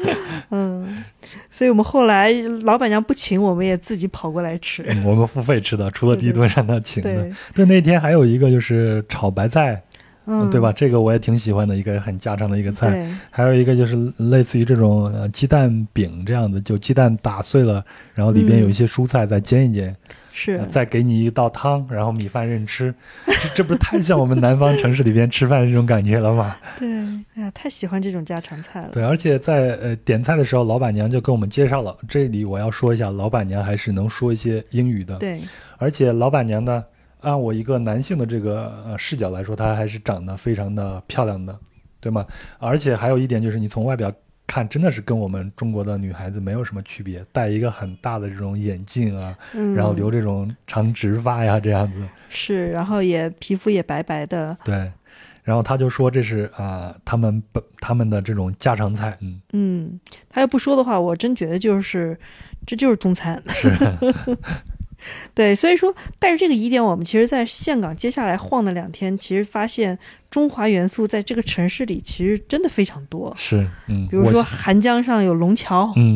所以我们后来老板娘不请，我们也自己跑过来吃。 我们付费吃的，除了第一顿让他请的。对，那天还有一个就是炒白菜。对吧？这个我也挺喜欢的，一个很家常的一个菜。还有一个就是类似于这种鸡蛋饼这样的，就鸡蛋打碎了，然后里边有一些蔬菜再煎一煎， 是再给你一道汤，然后米饭任吃。这不是太像我们南方城市里边吃饭的这种感觉了吗？ 对，哎呀，太喜欢这种家常菜了。 对，而且在点菜的时候，老板娘就跟我们介绍了。这里我要说一下，老板娘还是能说一些英语的。 对， 而且老板娘呢，按我一个男性的这个视角来说，她还是长得非常的漂亮的，对吗？而且还有一点就是，你从外表看，真的是跟我们中国的女孩子没有什么区别，戴一个很大的这种眼镜啊，然后留这种长直发呀，这样子。 是，然后皮肤也白白的。 对，然后他就说这是他们的这种家常菜。 他要不说的话，我真觉得这就是中餐。 是。 对，所以说带着这个疑点，我们其实在岘港接下来晃了2天，其实发现中华元素在这个城市里其实真的非常多。 是， 比如说韩江上有龙桥，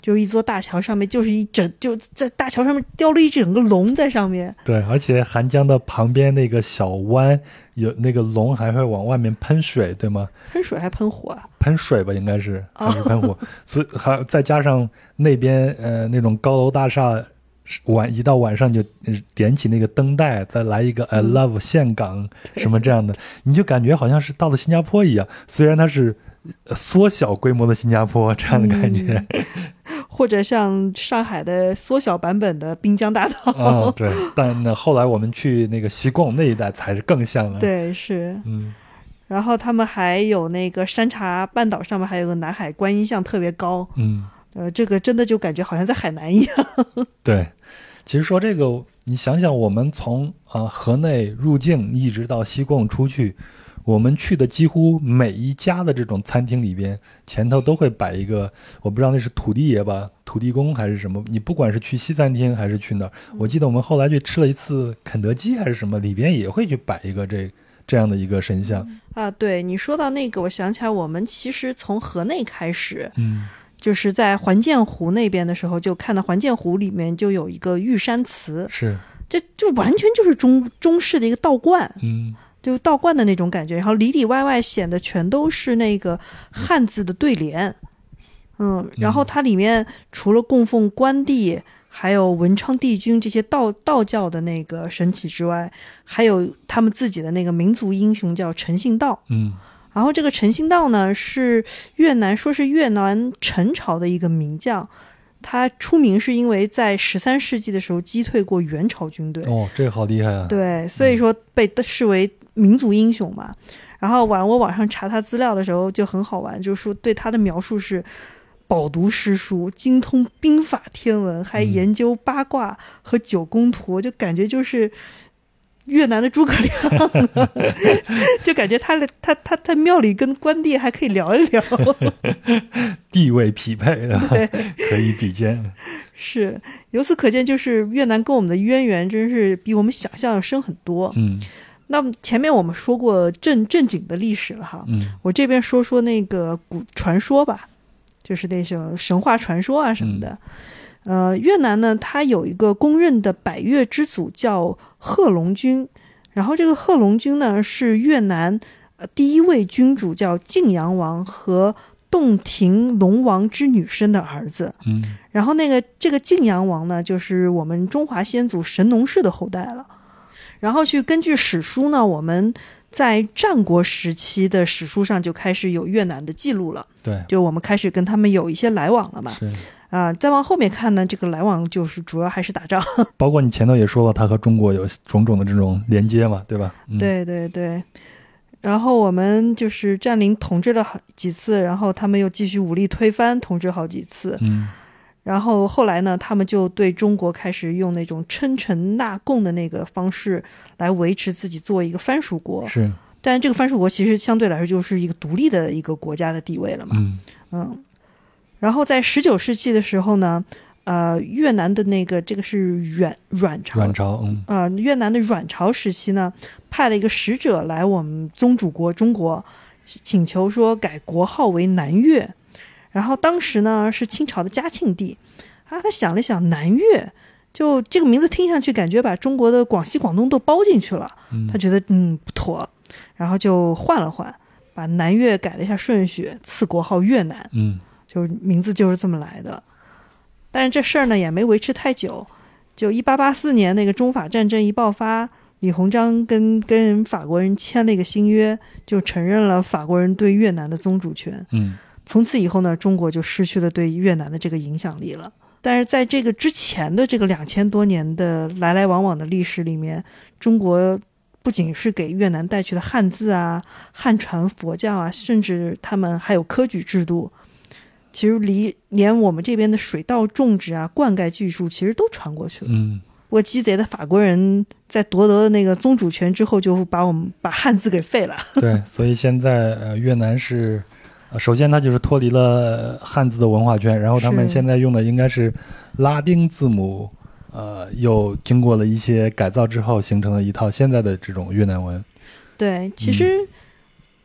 就是一座大桥上面就是就在大桥上面雕了一整个龙在上面。 对，而且韩江的旁边那个小湾有那个龙还会往外面喷水，对吗？ 喷水还喷火啊？ 喷水吧，应该是还是喷火。所以还再加上那边那种高楼大厦，一到晚上就点起那个灯带，再来一个 I love 岘港什么这样的，你就感觉好像是到了新加坡一样，虽然它是缩小规模的新加坡这样的感觉。 或者像上海的缩小版本的滨江大道。 对，但后来我们去那个西贡那一带才是更像了。 对，是。然后他们还有那个山茶半岛上面还有个南海观音像特别高。这个真的就感觉好像在海南一样。对， 其实说这个，你想想，我们从河内入境一直到西贡出去，我们去的几乎每一家的这种餐厅里边，前头都会摆一个，我不知道那是土地爷吧，土地公还是什么。你不管是去西餐厅还是去哪儿，我记得我们后来去吃了一次肯德基还是什么，里边也会去摆一个这样的一个神像。 对，你说到那个，我想起来，我们其实从河内开始，就是在环建湖那边的时候，就看到环建湖里面就有一个玉山祠， 是， 这就完全就是中式的一个道观，就道观的那种感觉，然后里里外外显得全都是那个汉字的对联，然后它里面除了供奉关帝还有文昌帝君这些道教的那个神祇之外，还有他们自己的那个民族英雄叫陈信道。然后这个陈信道呢是越南陈朝的一个名将，他出名是因为在13世纪的时候击退过元朝军队。 这个好厉害啊。 对，所以说被视为民族英雄嘛。然后我网上查他资料的时候就很好玩，就是说对他的描述是饱读诗书，精通兵法天文，还研究八卦和九宫图，就感觉就是越南的诸葛亮就感觉他庙里跟关帝还可以聊一聊地位匹配的，可以比肩。 是，由此可见，就是越南跟我们的渊源真是比我们想象要深很多。那么前面我们说过正经的历史了哈，我这边说那个古传说吧，就是那种神话传说啊什么的。越南呢，它有一个公认的百越之祖叫贺龙君，然后这个贺龙君呢是越南第一位君主叫晋阳王和洞庭龙王之女生的儿子。然后这个晋阳王呢就是我们中华先祖神农氏的后代了。然后根据史书呢，我们在战国时期的史书上就开始有越南的记录了。 对， 就我们开始跟他们有一些来往了嘛。 是再往后面看呢，这个来往就是主要还是打仗。 包括你前头也说了，他和中国有种种的这种连接嘛，对吧？ 对对对。然后我们就是占领统治了几次，然后他们又继续武力推翻统治好几次。然后后来呢，他们就对中国开始用那种称臣纳贡的那个方式来维持自己作为一个藩属国。 是， 但这个藩属国其实相对来说就是一个独立的一个国家的地位了嘛。然后在19世纪的时候呢，越南的这个是阮朝，越南的阮朝时期呢，派了一个使者来我们宗主国中国，请求说改国号为南越。然后当时呢是清朝的嘉庆帝他想了想，南越就这个名字听上去感觉把中国的广西广东都包进去了，他觉得不妥，然后就换了换，把南越改了一下顺序，赐国号越南。就名字就是这么来的。但是这事儿呢也没维持太久，就1884年那个中法战争一爆发，李鸿章跟法国人签了一个新约，就承认了法国人对越南的宗主权。从此以后呢，中国就失去了对越南的这个影响力了。但是在这个之前的这个2000多年的来来往往的历史里面，中国不仅是给越南带去的汉字啊、汉传佛教啊，甚至他们还有科举制度。其实连我们这边的水稻种植啊、灌溉技术其实都传过去了。不过鸡贼的法国人在夺得那个宗主权之后，就把汉字给废了。 对，所以现在越南是首先它就是脱离了汉字的文化圈，然后他们现在用的应该是拉丁字母，又经过了一些改造之后形成了一套现在的这种越南文。 对，其实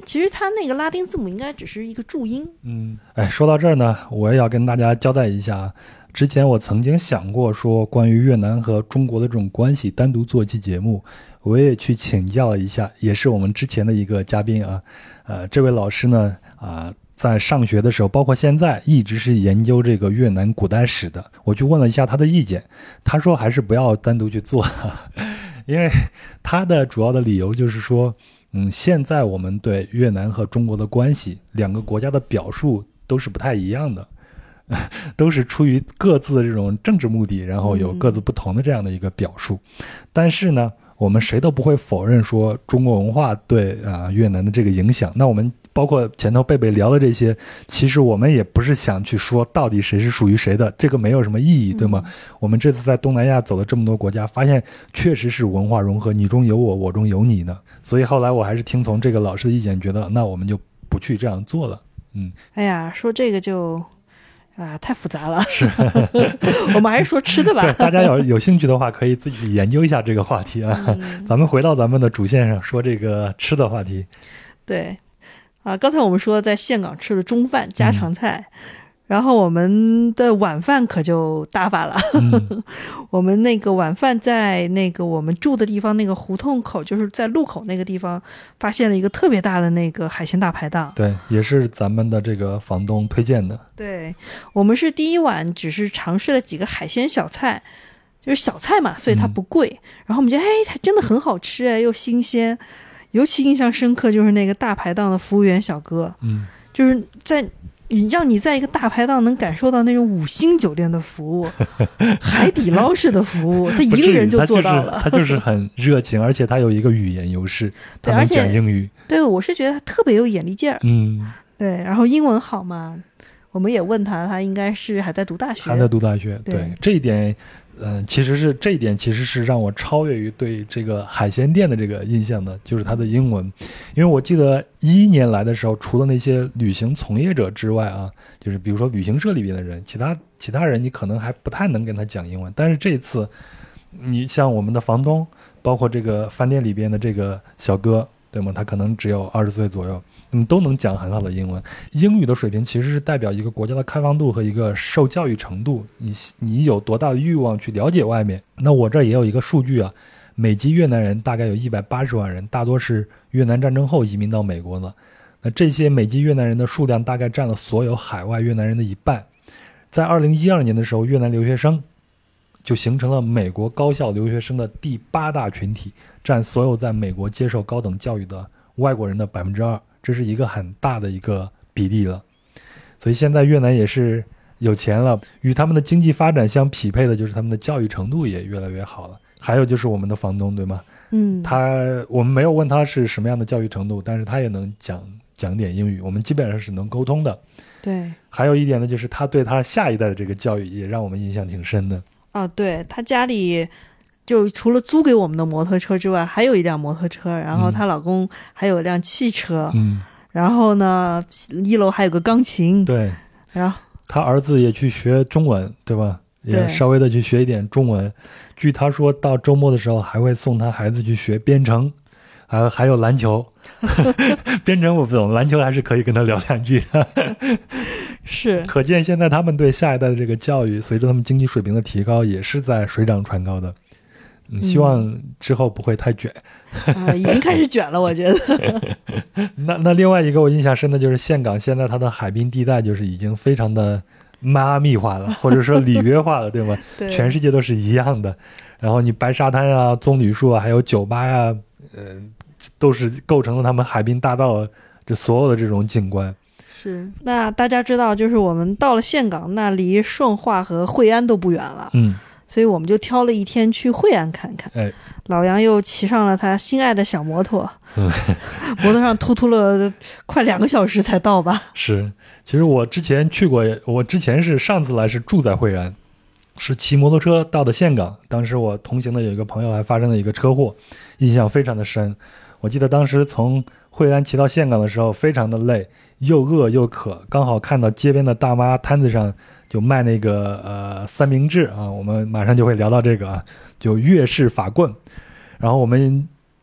其实它那个拉丁字母应该只是一个注音。 说到这儿呢，我也要跟大家交代一下，之前我曾经想过说关于越南和中国的这种关系单独做一期节目，我也去请教了一下，也是我们之前的一个嘉宾啊，这位老师呢在上学的时候，包括现在一直是研究这个越南古代史的。我去问了一下他的意见，他说还是不要单独去做，因为他的主要的理由就是说，现在我们对越南和中国的关系，两个国家的表述都是不太一样的，都是出于各自的这种政治目的，然后有各自不同的这样的一个表述。但是呢，我们谁都不会否认说中国文化对越南的这个影响。那我们包括前头贝贝聊的这些，其实我们也不是想去说到底谁是属于谁的，这个没有什么意义，对吗？我们这次在东南亚走了这么多国家，发现确实是文化融合，你中有我，我中有你的。所以后来我还是听从这个老师的意见，觉得那我们就不去这样做了。 哎呀，说这个就太复杂了， 是我们还是说吃的吧。 对，大家有兴趣的话，可以自己去研究一下这个话题啊。咱们回到咱们的主线上，说这个吃的话题。 对刚才我们说在岘港吃的中饭家常菜，然后我们的晚饭可就大发了。我们那个晚饭在那个我们住的地方那个胡同口，就是在路口那个地方，发现了一个特别大的那个海鲜大排档。 对，也是咱们的这个房东推荐的。 对，我们是第一晚只是尝试了几个海鲜小菜，就是小菜嘛，所以它不贵。然后我们觉得它真的很好吃又新鲜。尤其印象深刻就是那个大排档的服务员小哥，就是让你在一个大排档能感受到那种5星酒店的服务，海底捞式的服务，他一个人就做到了。 他就是很热情，而且他有一个语言优势，他能讲英语。 对，我是觉得他特别有眼力劲儿。对，然后英文好嘛，我们也问他，他应该是还在读大学。 还在读大学，对这一点。其实是让我超越于对这个海鲜店的这个印象的，就是它的英文。因为我记得2011年来的时候，除了那些旅行从业者之外就是比如说旅行社里边的人，其他人你可能还不太能跟他讲英文。但是这次，你像我们的房东，包括这个饭店里边的这个小哥，对吗？他可能只有20岁左右。都能讲很好的英文。英语的水平其实是代表一个国家的开放度和一个受教育程度，你有多大的欲望去了解外面。那我这也有一个数据美籍越南人大概有180万人，大多是越南战争后移民到美国的。那这些美籍越南人的数量大概占了所有海外越南人的一半。在2012年的时候，越南留学生就形成了美国高校留学生的第8大群体，占所有在美国接受高等教育的外国人的2%。这是一个很大的一个比例了。所以现在越南也是有钱了，与他们的经济发展相匹配的就是他们的教育程度也越来越好了。还有就是我们的房东，对吗？我们没有问他是什么样的教育程度，但是他也能讲点英语，我们基本上是能沟通的。 对， 还有一点呢，就是他对他下一代的这个教育也让我们印象挺深的。 对，他家里就除了租给我们的摩托车之外，还有一辆摩托车，然后她老公还有一辆汽车，然后呢1楼还有个钢琴。 对， 然后他儿子也去学中文，对吧？也稍微的去学一点中文。据他说到周末的时候还会送他孩子去学编程，还有篮球。编程我不懂，篮球还是可以跟他聊2句的。 是， 可见现在他们对下一代的这个教育，随着他们经济水平的提高，也是在水涨船高的。希望之后不会太卷。 已经开始卷了，我觉得。 那另外一个我印象深的就是岘港，现在它的海滨地带就是已经非常的迈阿密化了，或者说里约化了，对吗？ 对， 全世界都是一样的。然后你白沙滩棕榈树还有酒吧都是构成了他们海滨大道这所有的这种景观。 是，那大家知道，就是我们到了岘港，那离顺化和惠安都不远了。所以我们就挑了一天去惠安看看。老杨又骑上了他心爱的小摩托，摩托上突了快2个小时才到吧。 是，其实我之前去过，我之前是上次来是住在惠安，是骑摩托车到的岘港。当时我同行的有一个朋友还发生了一个车祸，印象非常的深。我记得当时从惠安骑到岘港的时候非常的累，又饿又渴，刚好看到街边的大妈摊子上就卖那个三明治我们马上就会聊到这个就粤式法棍。然后我们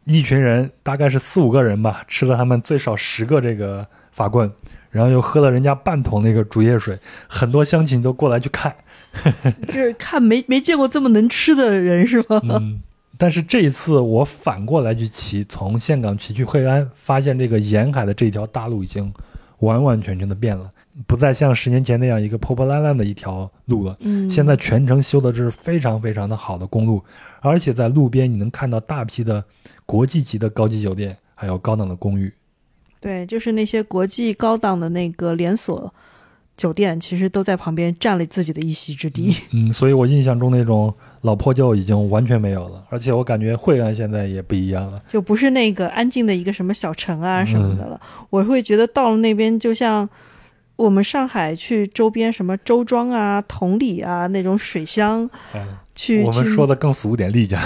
一群人大概是4-5个人吧，吃了他们最少10个这个法棍，然后又喝了人家半桶那个竹叶水，很多乡亲都过来去看。 就是看没见过这么能吃的人是吗？ 但是这一次我反过来去骑，从岘港骑去惠安，发现这个沿海的这条大路已经完完全全的变了，不再像10年前那样一个破破烂烂的一条路了。现在全程修的这是非常非常的好的公路，而且在路边你能看到大批的国际级的高级酒店，还有高档的公寓。 对，就是那些国际高档的那个连锁酒店，其实都在旁边占了自己的一席之地。 所以我印象中那种老破旧已经完全没有了，而且我感觉惠安现在也不一样了， 就不是那个安静的一个什么小城啊什么的了。我会觉得到了那边，就像我们上海去周边什么周庄啊、同里啊那种水乡，去我们说的更俗点，丽江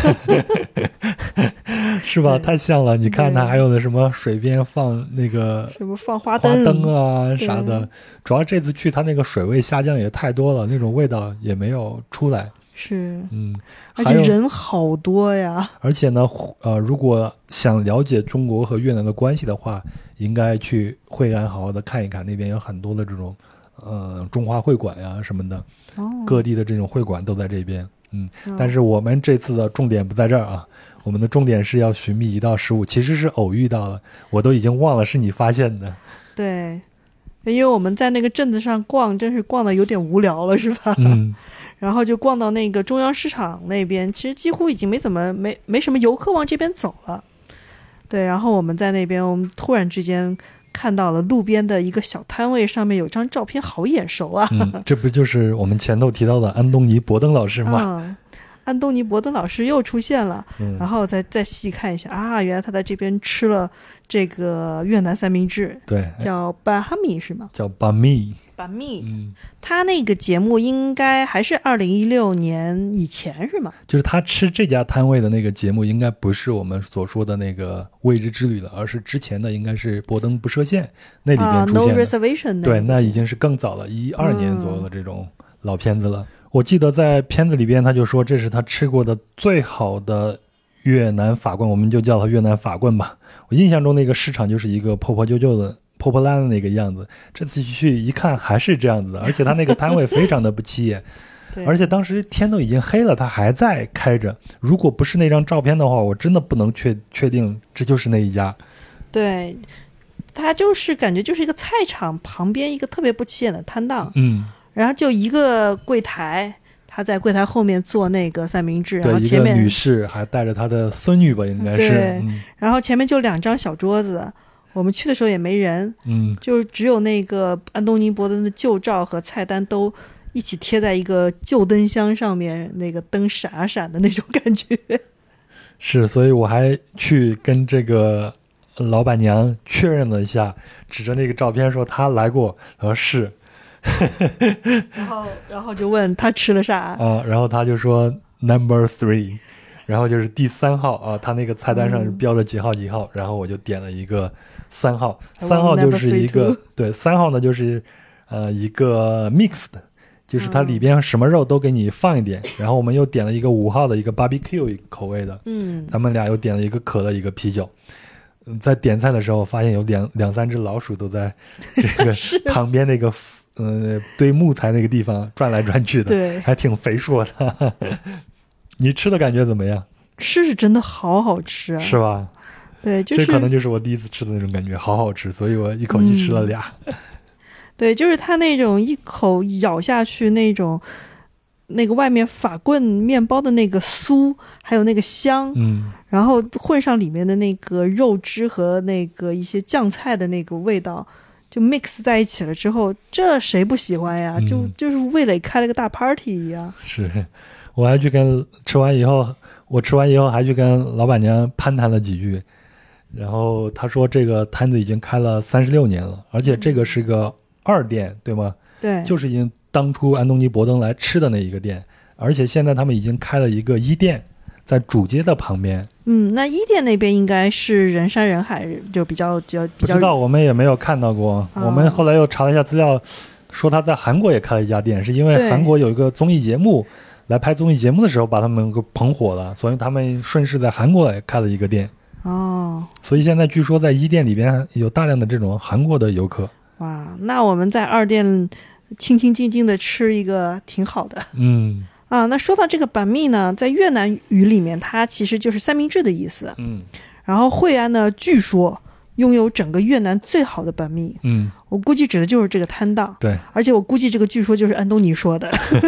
是吧？太像了。你看它还有那什么水边放那个什么放花灯啊啥的，主要这次去它那个水位下降也太多了，那种味道也没有出来。 是，而且人好多呀。而且呢，如果想了解中国和越南的关系的话，应该去惠安好好的看一看，那边有很多的这种中华会馆呀什么的，各地的这种会馆都在这边。但是我们这次的重点不在这儿啊，我们的重点是要寻觅一道食物，其实是偶遇到了，我都已经忘了是你发现的。 对，因为我们在那个镇子上逛，真是逛的有点无聊了，是吧？然后就逛到那个中央市场那边，其实几乎已经没什么游客往这边走了。对，然后我们在那边，我们突然之间看到了路边的一个小摊位，上面有张照片，好眼熟啊！ 这不就是我们前头提到的安东尼·伯登老师吗？ 安东尼·伯登老师又出现了，然后再细看一下啊，原来他在这边吃了这个越南三明治， 对， 叫巴哈米是吗？ 叫巴密。 他那个节目应该还是2016年以前是吗？ 就是他吃这家摊位的那个节目应该不是我们所说的那个未知之旅了，而是之前的应该是伯登不设限那里边出现的。 No Reservation 对，那已经是更早了，12年左右的这种老片子了。我记得在片子里边他就说这是他吃过的最好的越南法棍，我们就叫它越南法棍吧。我印象中那个市场就是一个破破旧旧的破破烂烂的那个样子，这次去一看还是这样子的，而且他那个摊位非常的不起眼而且当时天都已经黑了，他还在开着，如果不是那张照片的话，我真的不能确定这就是那一家。 对，他就是感觉就是一个菜场旁边一个特别不起眼的摊档，然后就一个柜台，他在柜台后面做那个三明治，然后前面一个女士还带着她的孙女吧，应该是。 对，然后前面就2张小桌子，我们去的时候也没人，就只有那个安东尼·伯登的旧照和菜单都一起贴在一个旧灯箱上面，那个灯闪啊闪的那种感觉。 是，所以我还去跟这个老板娘确认了一下，指着那个照片说她来过，她说是。 然后就问他吃了啥然后他就说 number 3，然后就是第3号啊，他那个菜单上是标了几号几号，然后我就点了一个3号，3号就是一个对，3号呢就是一个 mixed， 就是它里边什么肉都给你放一点，然后我们又点了一个5号的一个 barbecue 口味的，咱们俩又点了一个可乐一个啤酒。在点菜的时候发现有两三只老鼠都在这个旁边那个堆木材那个地方转来转去的， 对， 还挺肥硕的。你吃的感觉怎么样？ 吃是真的好好吃啊， 是吧？ 对，就是这可能就是我第一次吃的那种感觉，好好吃，所以我一口气吃了俩。 对，就是它那种一口咬下去那种那个外面法棍面包的那个酥，还有那个香，然后混上里面的那个肉汁和那个一些酱菜的那个味道，就 mix 在一起了之后，这谁不喜欢呀？就是味蕾开了个大 party 一样。 是，我还去吃完以后还去跟老板娘攀谈了几句，然后他说这个摊子已经开了36年了，而且这个是个2店，对吗？ 对， 就是已经当初安东尼·伯登来吃的那一个店，而且现在他们已经开了一个1店，在主街的旁边。 那1店那边应该是人山人海，就比较不知道，我们也没有看到过。我们后来又查了一下资料，说他在韩国也开了一家店，是因为韩国有一个综艺节目来拍综艺节目的时候把他们给捧火了，所以他们顺势在韩国也开了一个店。所以现在据说在1店里边有大量的这种韩国的游客。 哇，那我们在2店清清静静的吃一个挺好的。那说到这个板蜜呢，在越南语里面它其实就是三明治的意思。然后惠安呢，据说拥有整个越南最好的板蜜。我估计指的就是这个摊档。 对， 而且我估计这个据说就是安东尼说的。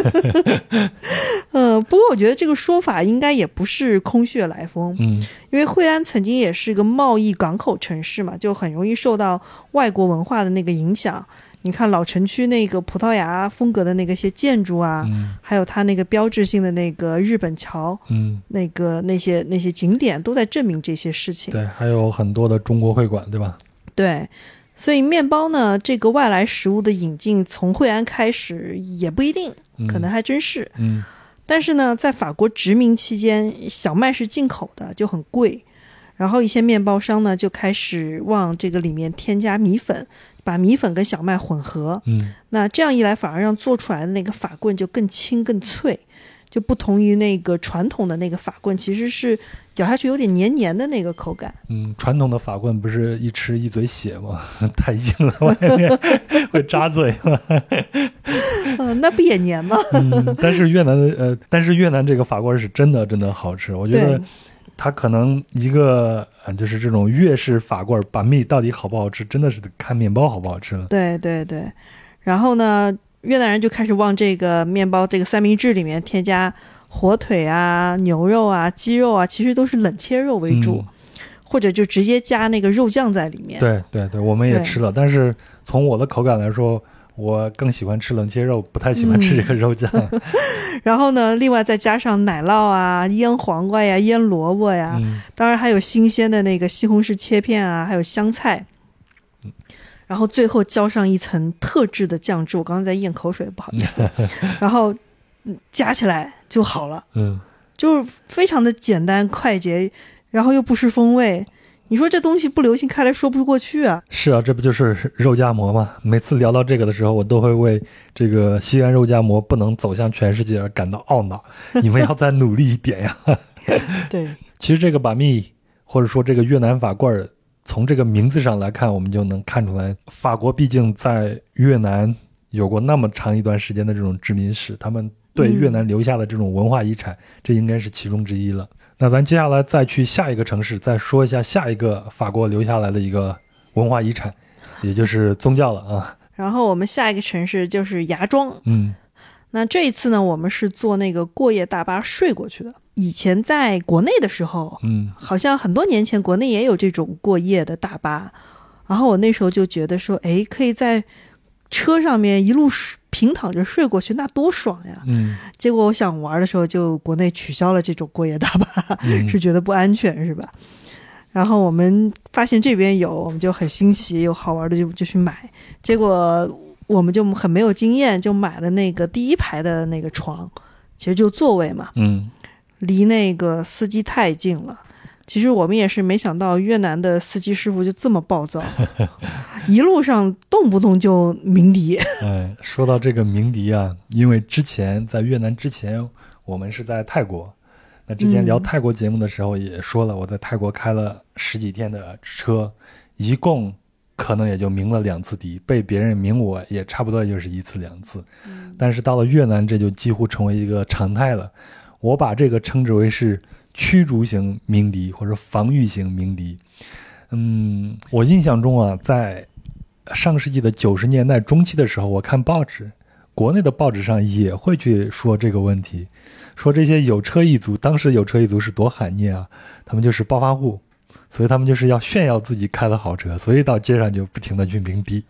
不过我觉得这个说法应该也不是空穴来风。因为惠安曾经也是个贸易港口城市嘛，就很容易受到外国文化的那个影响。你看老城区那个葡萄牙风格的那些建筑啊，还有它那个标志性的那个日本桥，那些景点都在证明这些事情。 对，还有很多的中国会馆，对吧？ 对，所以面包呢，这个外来食物的引进从惠安开始也不一定，可能还真是。但是呢，在法国殖民期间，小麦是进口的，就很贵。然后一些面包商呢就开始往这个里面添加米粉，把米粉跟小麦混合。那这样一来反而让做出来的那个法棍就更轻更脆，就不同于那个传统的那个法棍其实是咬下去有点黏黏的那个口感。 传统的法棍不是一吃一嘴血吗？太硬了，外面会扎嘴吗？ 那不也黏吗？ 但是越南这个法棍是真的好吃，我觉得它可能一个就是这种粤式法棍板蜜到底好不好吃，真的是看面包好不好吃了。 对对对，然后呢，越南人就开始往这个面包这个三明治里面添加火腿啊、牛肉啊、鸡肉啊，其实都是冷切肉为主，或者就直接加那个肉酱在里面。 对对对，我们也吃了，但是从我的口感来说，我更喜欢吃冷切肉，不太喜欢吃这个肉酱。 然后呢，另外再加上奶酪啊、腌黄瓜呀、腌萝卜呀，当然还有新鲜的那个西红柿切片啊，还有香菜。然后最后浇上一层特制的酱汁，我刚刚在咽口水，不好意思。然后加起来就好了。就是非常的简单快捷，然后又不失风味。你说这东西不流行开来说不过去啊。 是啊，这不就是肉夹馍吗？每次聊到这个的时候，我都会为这个西安肉夹馍不能走向全世界而感到懊恼。你们要再努力一点呀。 对， 其实这个板蜜或者说这个越南法棍，从这个名字上来看，我们就能看出来，法国毕竟在越南有过那么长一段时间的这种殖民史，他们对越南留下的这种文化遗产，这应该是其中之一了。那咱接下来再去下一个城市，再说一下下一个法国留下来的一个文化遗产，也就是宗教了啊。 然后我们下一个城市就是芽庄。那这一次呢，我们是坐那个过夜大巴睡过去的。以前在国内的时候，好像很多年前国内也有这种过夜的大巴，然后我那时候就觉得说，可以在车上面一路平躺着睡过去，那多爽呀。结果我想玩的时候，就国内取消了这种过夜大巴，是觉得不安全是吧？然后我们发现这边有，我们就很欣喜，有好玩的就去买。结果我们就很没有经验，就买了那个第一排的那个床，其实就座位嘛，离那个司机太近了。其实我们也是没想到越南的司机师傅就这么暴躁，一路上动不动就鸣笛。 说到这个鸣笛啊，因为之前在越南之前我们是在泰国，那之前聊泰国节目的时候也说了，我在泰国开了10几天的车，一共可能也就鸣了2次笛，被别人鸣我也差不多就是1次2次。但是到了越南，这就几乎成为一个常态了。我把这个称之为是驱逐型鸣笛或者防御型鸣笛。我印象中啊，在上世纪的90年代中期的时候，我看报纸，国内的报纸上也会去说这个问题，说这些有车一族，当时有车一族是多罕见啊，他们就是暴发户，所以他们就是要炫耀自己开的好车，所以到街上就不停的去鸣笛。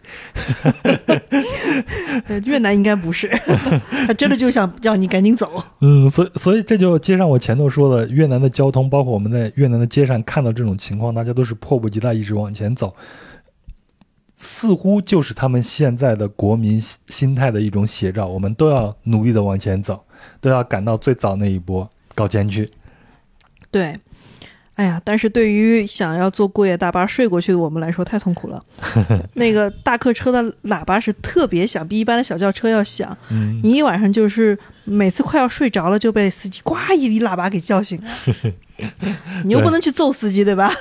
越南应该不是，他真的就想让你赶紧走。 所以这就接上我前头说的，越南的交通，包括我们在越南的街上看到这种情况，大家都是迫不及待一直往前走，似乎就是他们现在的国民心态的一种写照。我们都要努力的往前走，都要赶到最早那一波高尖去。 对， 哎呀，但是对于想要坐过夜大巴睡过去的我们来说太痛苦了。那个大客车的喇叭是特别响，比一般的小轿车要响。你一晚上就是每次快要睡着了就被司机呱一喇叭给叫醒了。你又不能去揍司机，对吧？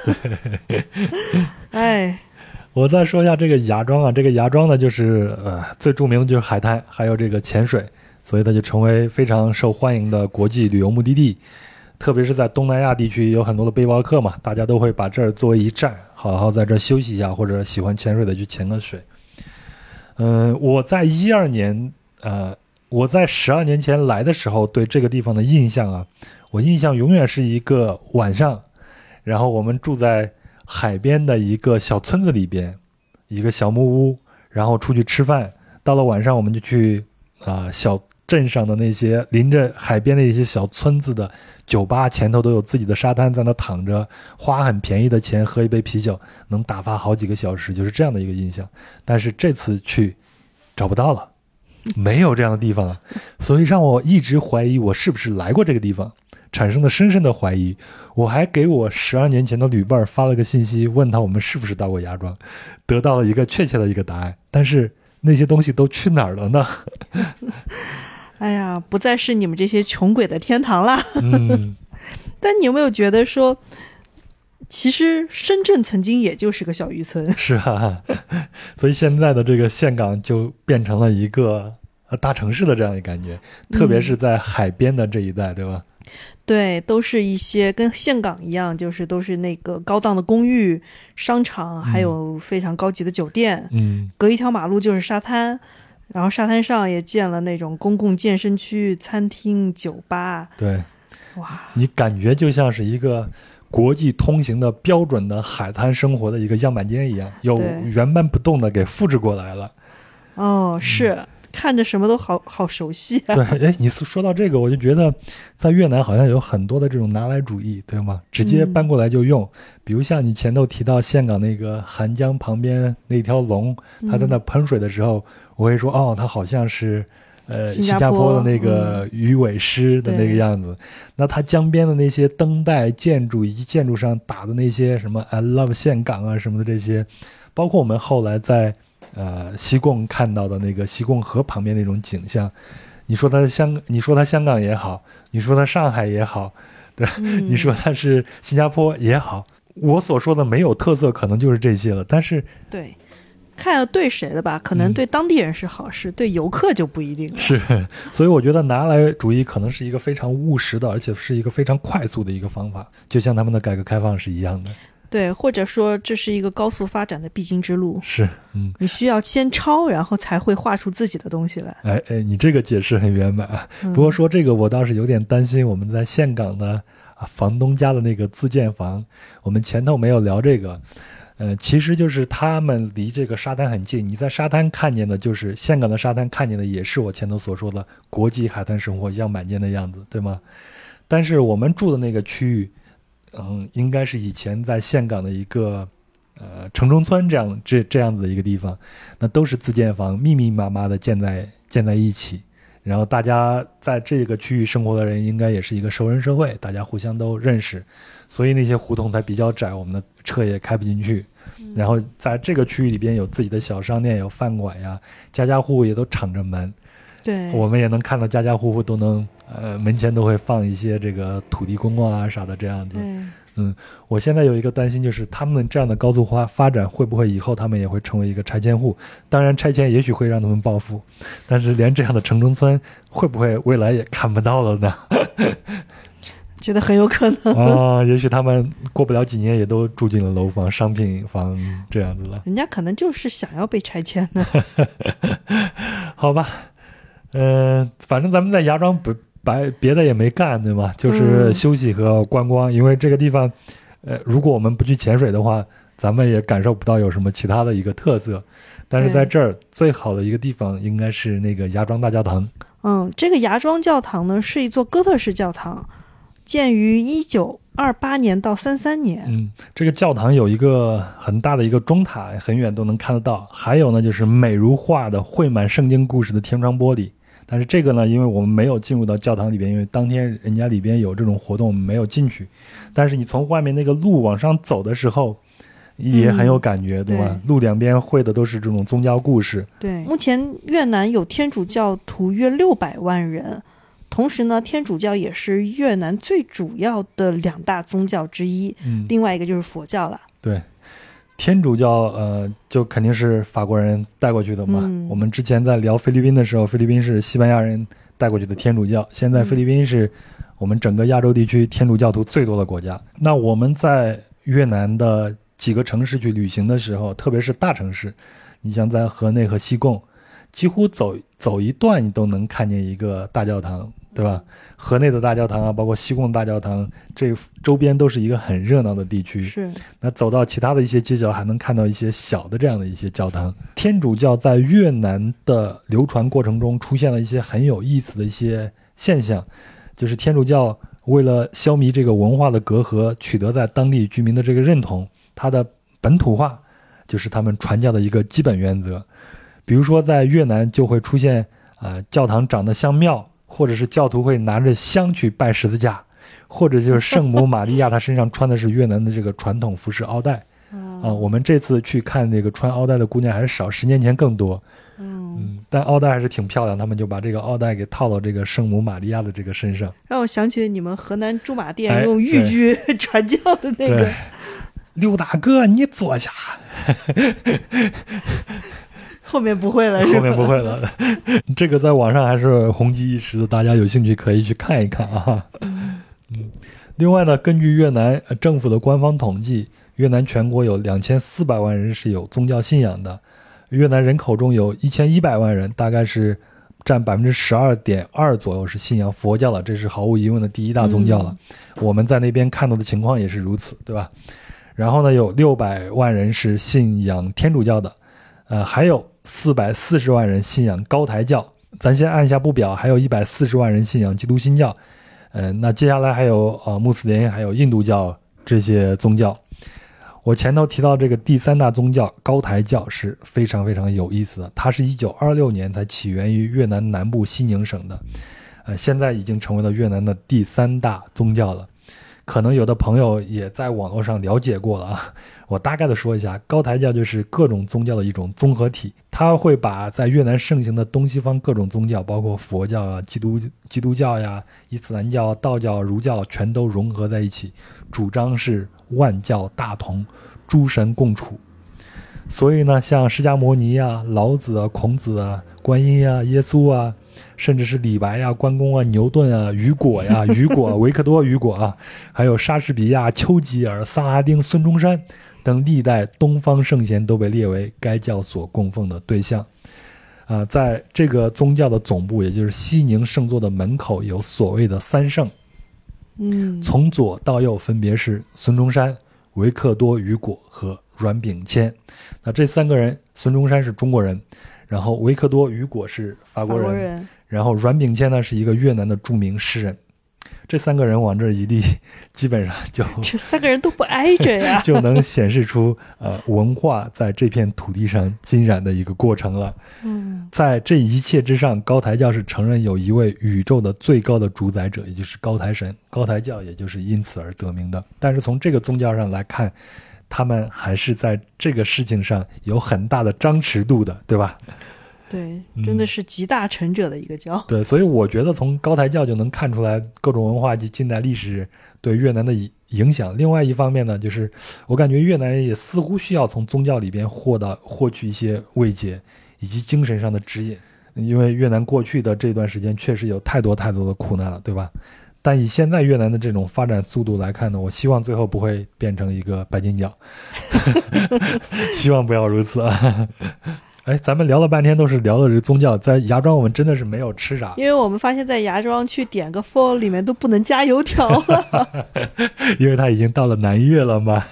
哎， 我再说一下这个芽庄啊，这个芽庄呢就是最著名的就是海滩，还有这个潜水，所以它就成为非常受欢迎的国际旅游目的地。特别是在东南亚地区有很多的背包客嘛，大家都会把这儿作为一站，好好在这儿休息一下，或者喜欢潜水的去潜个水。我在12年，我在12年前来的时候，对这个地方的印象啊，我印象永远是一个晚上，然后我们住在海边的一个小村子里边，一个小木屋，然后出去吃饭，到了晚上我们就去小镇上的那些临着海边的一些小村子的酒吧，前头都有自己的沙滩，在那躺着，花很便宜的钱喝一杯啤酒，能打发好几个小时，就是这样的一个印象。但是这次去找不到了，没有这样的地方了，所以让我一直怀疑我是不是来过这个地方，产生了深深的怀疑。我还给我12年前的旅伴发了个信息，问他我们是不是到过芽庄，得到了一个确切的一个答案，但是那些东西都去哪儿了呢？ 哎呀，不再是你们这些穷鬼的天堂啦。但你有没有觉得说，其实深圳曾经也就是个小渔村？ 是啊，所以现在的这个岘港就变成了一个大城市的这样的感觉，特别是在海边的这一带，对吧？ 对，都是一些跟岘港一样，就是都是那个高档的公寓、商场，还有非常高级的酒店。隔一条马路就是沙滩。然后沙滩上也建了那种公共健身区、餐厅、酒吧。 对，哇，你感觉就像是一个国际通行的标准的海滩生活的一个样板间一样，有原搬不动的给复制过来了。 哦，是，看着什么都好熟悉啊。 对，哎，你说到这个，我就觉得在越南好像有很多的这种拿来主义，对吗？直接搬过来就用。比如像你前头提到岘港那个韩江旁边那条龙，它在那喷水的时候，我会说它好像是新加坡的那个鱼尾狮的那个样子。那它江边的那些灯带建筑以及建筑上打的那些什么 I love 岘港啊什么的这些，包括我们后来在西贡看到的那个西贡河旁边那种景象，你说它香港也好，你说它上海也好，对，你说它是新加坡也好，我所说的没有特色可能就是这些了。但是对，看要对谁了吧，可能对当地人是好事，对游客就不一定了。 是，所以我觉得拿来主义可能是一个非常务实的，而且是一个非常快速的一个方法，就像他们的改革开放是一样的。 对，或者说这是一个高速发展的必经之路。 是， 你需要先抄，然后才会画出自己的东西来。 哎，你这个解释很圆满。不过说这个，我倒是有点担心我们在岘港的房东家的那个自建房，我们前头没有聊这个。其实就是他们离这个沙滩很近，你在沙滩看见的就是岘港的沙滩看见的也是我前头所说的国际海滩生活样板间的样子，对吗？但是我们住的那个区域应该是以前在岘港的一个城中村这样子的一个地方，那都是自建房，密密麻麻的建在一起，然后大家在这个区域生活的人应该也是一个熟人社会，大家互相都认识，所以那些胡同才比较窄，我们的车也开不进去。然后在这个区域里边有自己的小商店，有饭馆呀，家家户户也都敞着门。 对， 我们也能看到家家户户都能门前都会放一些这个土地公公啊啥的这样子。我现在有一个担心，就是他们这样的高速化发展会不会以后他们也会成为一个拆迁户？当然拆迁也许会让他们暴富，但是连这样的城中村会不会未来也看不到了呢？ 觉得很有可能也许他们过不了几年也都住进了楼房、商品房这样子了。 人家可能就是想要被拆迁的。 好吧，反正咱们在芽庄别的也没干，对吗？就是休息和观光，因为这个地方，如果我们不去潜水的话，咱们也感受不到有什么其他的一个特色。但是在这儿最好的一个地方应该是那个芽庄大教堂。 这个芽庄教堂呢是一座哥特式教堂，建于1928年到33年。 这个教堂有一个很大的一个钟塔，很远都能看得到。还有呢，就是美如画的绘满圣经故事的天窗玻璃。 但是这个呢，因为我们没有进入到教堂里边，因为当天人家里边有这种活动，没有进去。但是你从外面那个路往上走的时候，也很有感觉，对吧？路两边绘的都是这种宗教故事。 对，目前越南有天主教徒约600万人，同时呢，天主教也是越南最主要的2大宗教之一，另外一个就是佛教了。 对。天主教就肯定是法国人带过去的嘛。我们之前在聊菲律宾的时候，菲律宾是西班牙人带过去的天主教，现在菲律宾是我们整个亚洲地区天主教徒最多的国家。那我们在越南的几个城市去旅行的时候，特别是大城市，你像在河内和西贡，几乎走一段你都能看见一个大教堂，对吧？河内的大教堂啊，包括西贡大教堂，这周边都是一个很热闹的地区。 是。 那走到其他的一些街角，还能看到一些小的这样的一些教堂。天主教在越南的流传过程中，出现了一些很有意思的一些现象，就是天主教为了消弭这个文化的隔阂，取得在当地居民的这个认同，它的本土化就是他们传教的一个基本原则。比如说在越南就会出现教堂长得像庙，或者是教徒会拿着香去拜十字架，或者就是圣母玛利亚她身上穿的是越南的这个传统服饰奥黛。我们这次去看这个穿奥黛的姑娘还是少，10年前更多。但奥黛还是挺漂亮，他们就把这个奥黛给套到这个圣母玛利亚的这个身上， 让我想起你们河南驻马店用豫剧传教的那个。 刘大哥你坐下。 后面不会了是吧？ 后面不会了。这个在网上还是红极一时的，大家有兴趣可以去看一看啊。另外呢，根据越南政府的官方统计，越南全国有2400万人是有宗教信仰的，越南人口中有1100万人，大概是占12.2%左右是信仰佛教了，这是毫无疑问的第一大宗教了。我们在那边看到的情况也是如此，对吧？然后呢，有600万人是信仰天主教的，还有440万人信仰高台教，咱先按下不表，还有140万人信仰基督新教，那接下来还有穆斯林，还有印度教这些宗教。我前头提到这个第3大宗教高台教是非常非常有意思的，它是1926年才起源于越南南部西宁省的，现在已经成为了越南的第3大宗教了。可能有的朋友也在网络上了解过了啊，我大概的说一下，高台教就是各种宗教的一种综合体，它会把在越南盛行的东西方各种宗教，包括佛教啊、基督教呀、伊斯兰教、道教、儒教全都融合在一起，主张是万教大同，诸神共处。所以呢，像释迦牟尼啊、老子啊、孔子啊、观音啊、耶稣啊，甚至是李白呀、关公啊、牛顿啊、雨果呀、维克多·雨果啊，还有莎士比亚、丘吉尔、萨拉丁、孙中山等历代东方圣贤都被列为该教所供奉的对象。在这个宗教的总部，也就是西宁圣座的门口，有所谓的3圣，从左到右分别是孙中山、维克多·雨果和阮炳谦。那这3个人，孙中山是中国人，然后维克多·雨果是法国人，然后阮炳谦呢是一个越南的著名诗人。这3个人往这一立，基本上就这3个人都不挨着呀， 就能显示出文化在这片土地上浸染的一个过程了。在这一切之上，高台教是承认有一位宇宙的最高的主宰者，也就是高台神，高台教也就是因此而得名的。但是从这个宗教上来看，他们还是在这个事情上有很大的张弛度的，对吧？ 对，真的是集大成者的一个教。 对，所以我觉得从高台教就能看出来各种文化及近代历史对越南的影响。另外一方面呢，就是我感觉越南人也似乎需要从宗教里边获取一些慰藉以及精神上的指引，因为越南过去的这段时间确实有太多太多的苦难了，对吧？但以现在越南的这种发展速度来看呢，我希望最后不会变成一个白金角，希望不要如此啊。咱们聊了半天都是聊的这宗教，在芽庄我们真的是没有吃啥， 因为我们发现在芽庄去点个 pho 里面都不能加油条了因为它已经到了南越了嘛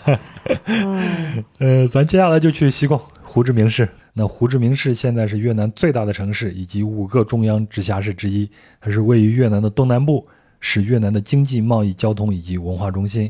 咱接下来就去西贡胡志明市。那胡志明市现在是越南最大的城市以及5个中央直辖市之一，它是位于越南的东南部，是越南的经济、贸易、交通以及文化中心。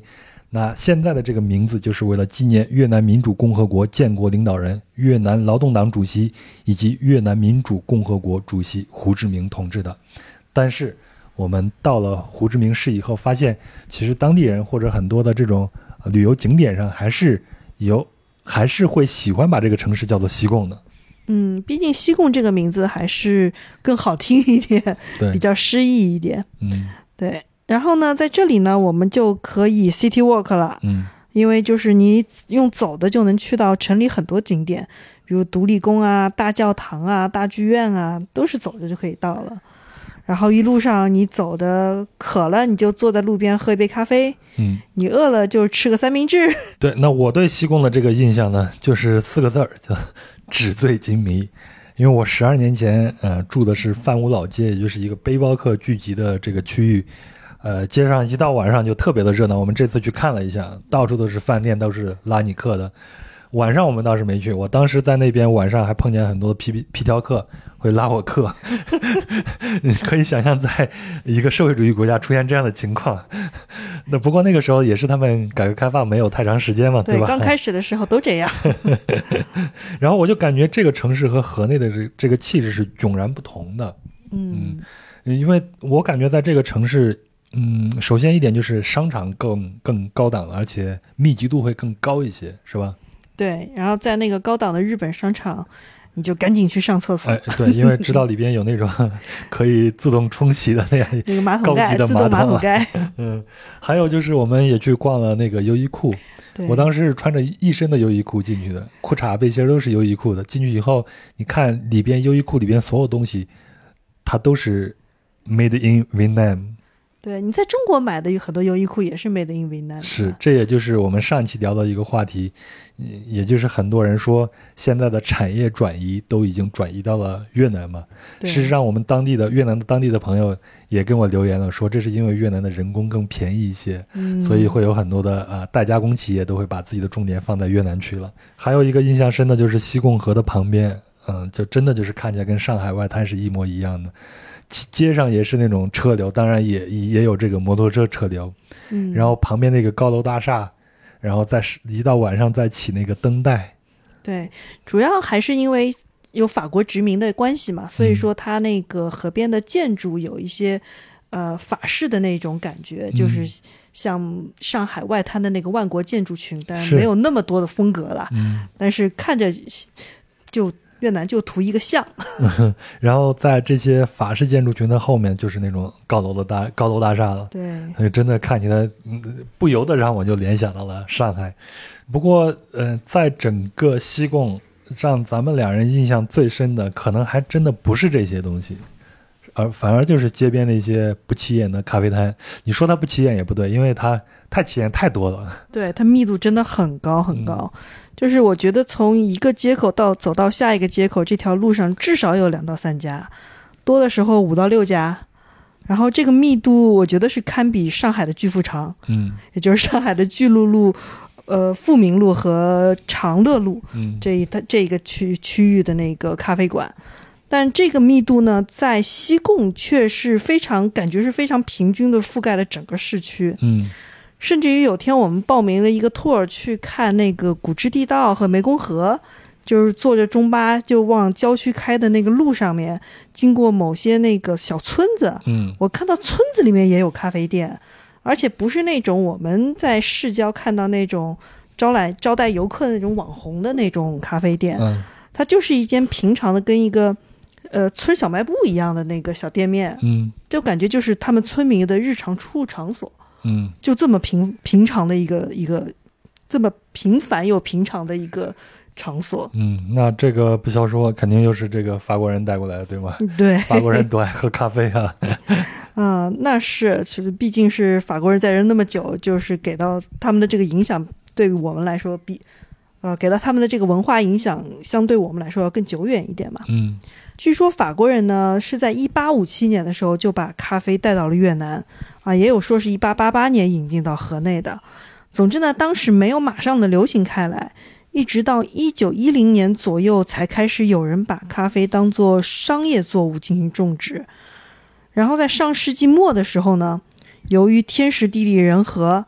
那现在的这个名字就是为了纪念越南民主共和国建国领导人、越南劳动党主席以及越南民主共和国主席胡志明同志的。但是我们到了胡志明市以后，发现其实当地人或者很多的这种旅游景点上还是会喜欢把这个城市叫做西贡的。 毕竟西贡这个名字还是更好听一点，比较诗意一点。对。然后呢，在这里呢，我们就可以 city walk 了。因为就是你用走的就能去到城里很多景点，比如独立宫啊、大教堂啊、大剧院啊，都是走着就可以到了。然后一路上你走的渴了，你就坐在路边喝一杯咖啡。你饿了就吃个三明治。 对，那我对西贡的这个印象呢，就是4个字儿，叫纸醉金迷。因为我12年前住的是范屋老街，也就是一个背包客聚集的这个区域。街上一到晚上就特别的热闹，我们这次去看了一下，到处都是饭店，都是拉你客的。晚上我们倒是没去，我当时在那边晚上还碰见很多皮条客会拉我客。你可以想象在一个社会主义国家出现这样的情况。那不过那个时候也是他们改革开放没有太长时间嘛，对吧？ 刚开始的时候都这样。 然后我就感觉这个城市和河内的这个气质是迥然不同的。因为我感觉在这个城市首先一点就是商场更高档了，而且密集度会更高一些，是吧？ 对，然后在那个高档的日本商场，你就赶紧去上厕所。 对，因为知道里边有那种可以自动冲洗的那样那个马桶盖， 高级的自动马桶盖。 还有就是我们也去逛了那个优衣库。我当时是穿着一身的优衣库进去的，裤衩背心都是优衣库的。进去以后，你看里边优衣库里边所有东西，它都是 made in Vietnam。 对，你在中国买的有很多优衣库也是 made in Vietnam。 是，这也就是我们上期聊的一个话题，也就是很多人说现在的产业转移都已经转移到了越南嘛。事实上我们越南的当地的朋友也跟我留言了，说这是因为越南的人工更便宜一些，所以会有很多的代加工企业都会把自己的重点放在越南去了。还有一个印象深的就是西贡河的旁边，就真的就是看起来跟上海外滩是一模一样的。街上也是那种车流，当然也有这个摩托车车流。然后旁边那个高楼大厦，然后一到晚上再起那个灯带。 对，主要还是因为有法国殖民的关系嘛，所以说它那个河边的建筑有一些法式的那种感觉，就是像上海外滩的那个万国建筑群，但没有那么多的风格了。但是看着就越南就图一个像。 然后在这些法式建筑群的后面就是那种高楼大厦了。 对， 真的看起来不由得让我就联想到了上海。不过在整个西贡让咱们两人印象最深的可能还真的不是这些东西，反而就是街边的一些不起眼的咖啡摊。你说它不起眼也不对，因为它太起眼太多了。 对，它密度真的很高很高。就是我觉得从一个街口走到下一个街口，这条路上至少有2到3家，多的时候5到6家。然后这个密度我觉得是堪比上海的巨富长，也就是上海的巨鹿路、富民路和长乐路，这个区域的那个咖啡馆。但这个密度呢，在西贡却是感觉是非常平均的覆盖了整个市区。甚至于有天我们报名了一个 tour 去看那个古芝地道和湄公河，就是坐着中巴就往郊区开的那个路上面，经过某些那个小村子，我看到村子里面也有咖啡店，而且不是那种我们在市郊看到那种招待游客的那种网红的那种咖啡店，它就是一间平常的跟一个村小卖部一样的那个小店面，就感觉就是他们村民的日常出入场所。就这么平常的一个这么平凡又平常的一个场所。 那这个不消说肯定又是这个法国人带过来的，对吗？ 对， 法国人都爱喝咖啡啊。 那是，毕竟是法国人在这那么久，就是给到他们的这个影响，对于我们来说给到他们的这个文化影响，相对我们来说要更久远一点嘛。据说法国人呢是在1857年的时候就把咖啡带到了越南也有说是1888年引进到河内的。总之呢，当时没有马上的流行开来，一直到1910年左右才开始有人把咖啡当作商业作物进行种植。然后在上世纪末的时候呢，由于天时地利人和，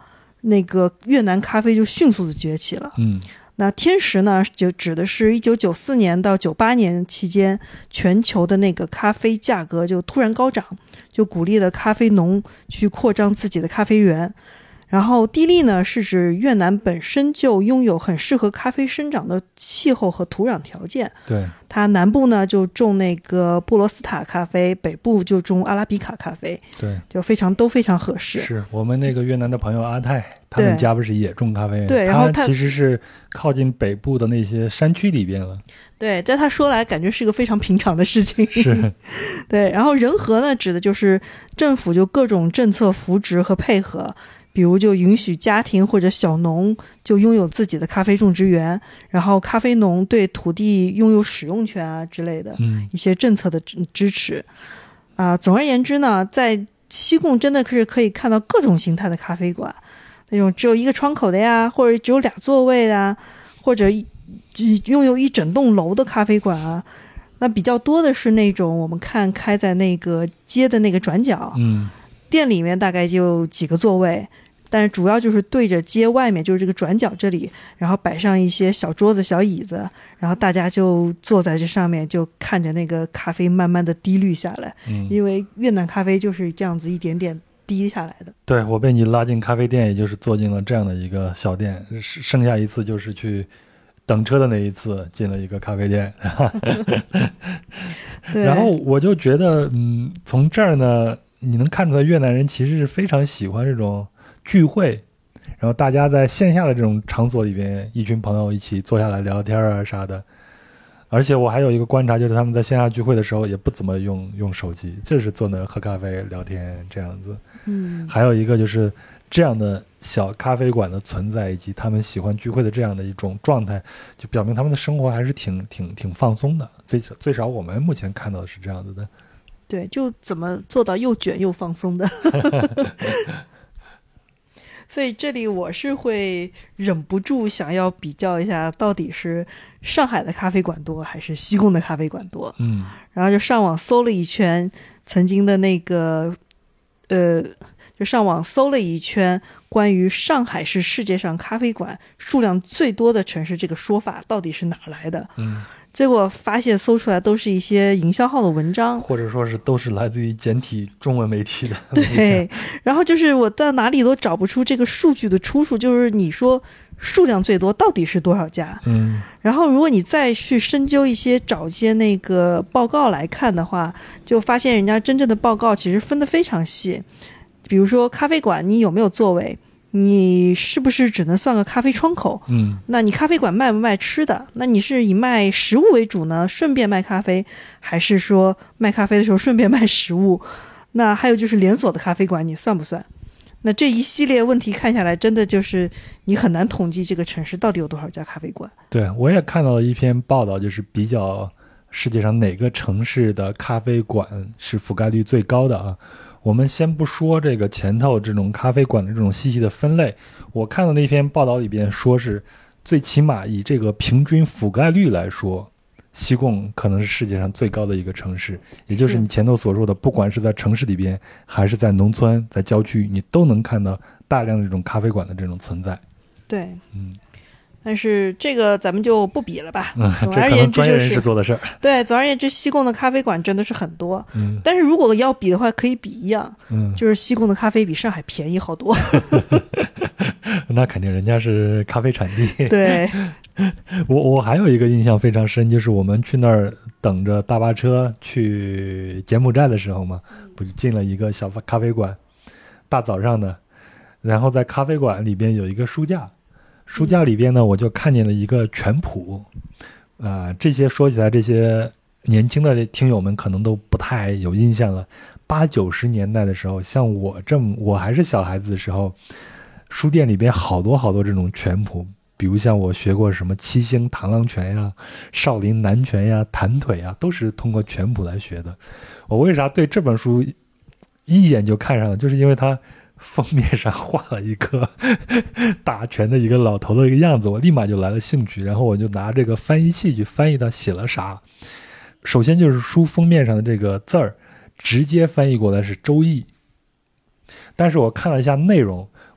那个越南咖啡就迅速的崛起了。那天时呢，就指的是1994年到98年期间，全球的那个咖啡价格就突然高涨，就鼓励了咖啡农去扩张自己的咖啡园。然后地利呢，是指越南本身就拥有很适合咖啡生长的气候和土壤条件。 对， 它南部呢就种那个布罗斯塔咖啡，北部就种阿拉比卡咖啡。 对， 就都非常合适。 是我们那个越南的朋友阿泰，他们家不是也种咖啡？ 对，然后他其实是靠近北部的那些山区里边了。 对，在他说来感觉是个非常平常的事情。 是， 对。然后人和呢，指的就是政府就各种政策扶植和配合。比如就允许家庭或者小农就拥有自己的咖啡种植园，然后咖啡农对土地拥有使用权啊之类的一些政策的支持。总而言之呢，在西贡真的是可以看到各种形态的咖啡馆，那种只有一个窗口的呀，或者只有2座位的啊，或者拥有一整栋楼的咖啡馆啊。那比较多的是那种我们看开在那个街的那个转角，店里面大概就几个座位，但是主要就是对着街外面，就是这个转角这里，然后摆上一些小桌子小椅子，然后大家就坐在这上面，就看着那个咖啡慢慢的滴滤下来。因为越南咖啡就是这样子一点点滴下来的。对， 我被你拉进咖啡店，也就是坐进了这样的一个小店，剩下一次就是去等车的那一次进了一个咖啡店。然后我就觉得从这儿呢你能看出来越南人其实是非常喜欢这种聚会，然后大家在线下的这种场所里边，一群朋友一起坐下来聊天啊啥的。而且我还有一个观察，就是他们在线下聚会的时候也不怎么用手机，就是坐那喝咖啡聊天这样子。还有一个就是这样的小咖啡馆的存在，以及他们喜欢聚会的这样的一种状态，就表明他们的生活还是挺放松的。最少我们目前看到的是这样子的。 对，就怎么做到又卷又放松的。所以这里我是会忍不住想要比较一下，到底是上海的咖啡馆多还是西贡的咖啡馆多。然后就上网搜了一圈，曾经的那个就上网搜了一圈关于上海是世界上咖啡馆数量最多的城市这个说法到底是哪来的。结果发现搜出来都是一些营销号的文章， 或者说是都是来自于简体中文媒体的。 对，然后就是我在哪里都找不出这个数据的出处，就是你说数量最多到底是多少家？然后如果你再去深究一些，找一些那个报告来看的话，就发现人家真正的报告其实分得非常细。比如说咖啡馆你有没有座位，你是不是只能算个咖啡窗口？那你咖啡馆卖不卖吃的？那你是以卖食物为主呢，顺便卖咖啡，还是说卖咖啡的时候顺便卖食物？那还有就是连锁的咖啡馆你算不算？那这一系列问题看下来，真的就是你很难统计这个城市到底有多少家咖啡馆。 对，我也看到了一篇报道，就是比较世界上哪个城市的咖啡馆是覆盖率最高的啊。我们先不说这个前头这种咖啡馆的这种细细的分类，我看到那篇报道里边说是最起码以这个平均覆盖率来说，西贡可能是世界上最高的一个城市，也就是你前头所说的，不管是在城市里边还是在农村在郊区，你都能看到大量的这种咖啡馆的这种存在。 对，但是这个咱们就不比了吧。 总而言之，专业人士做的事儿。 对，总而言之，西贡的咖啡馆真的是很多。但是如果要比的话，可以比一样。就是西贡的咖啡比上海便宜好多。 那肯定，人家是咖啡产地。 对。 我还有一个印象非常深，就是我们去那儿等着大巴车去柬埔寨的时候嘛，不就进了一个小咖啡馆，大早上的，然后在咖啡馆里边有一个书架。书架里边呢，我就看见了一个全谱，这些说起来，这些年轻的听友们可能都不太有印象了。80、90年代的时候，像我还是小孩子的时候，书店里边好多这种全谱，比如像我学过什么七星螳螂拳呀、少林南拳呀、弹腿呀，都是通过全谱来学的。我为啥对这本书一眼就看上了，就是因为它封面上画了一个打拳的一个老头的一个样子，我立马就来了兴趣，然后我就拿这个翻译器去翻译他写了啥。首先就是书封面上的这个字儿，直接翻译过来是周易，但是我看了一下内容，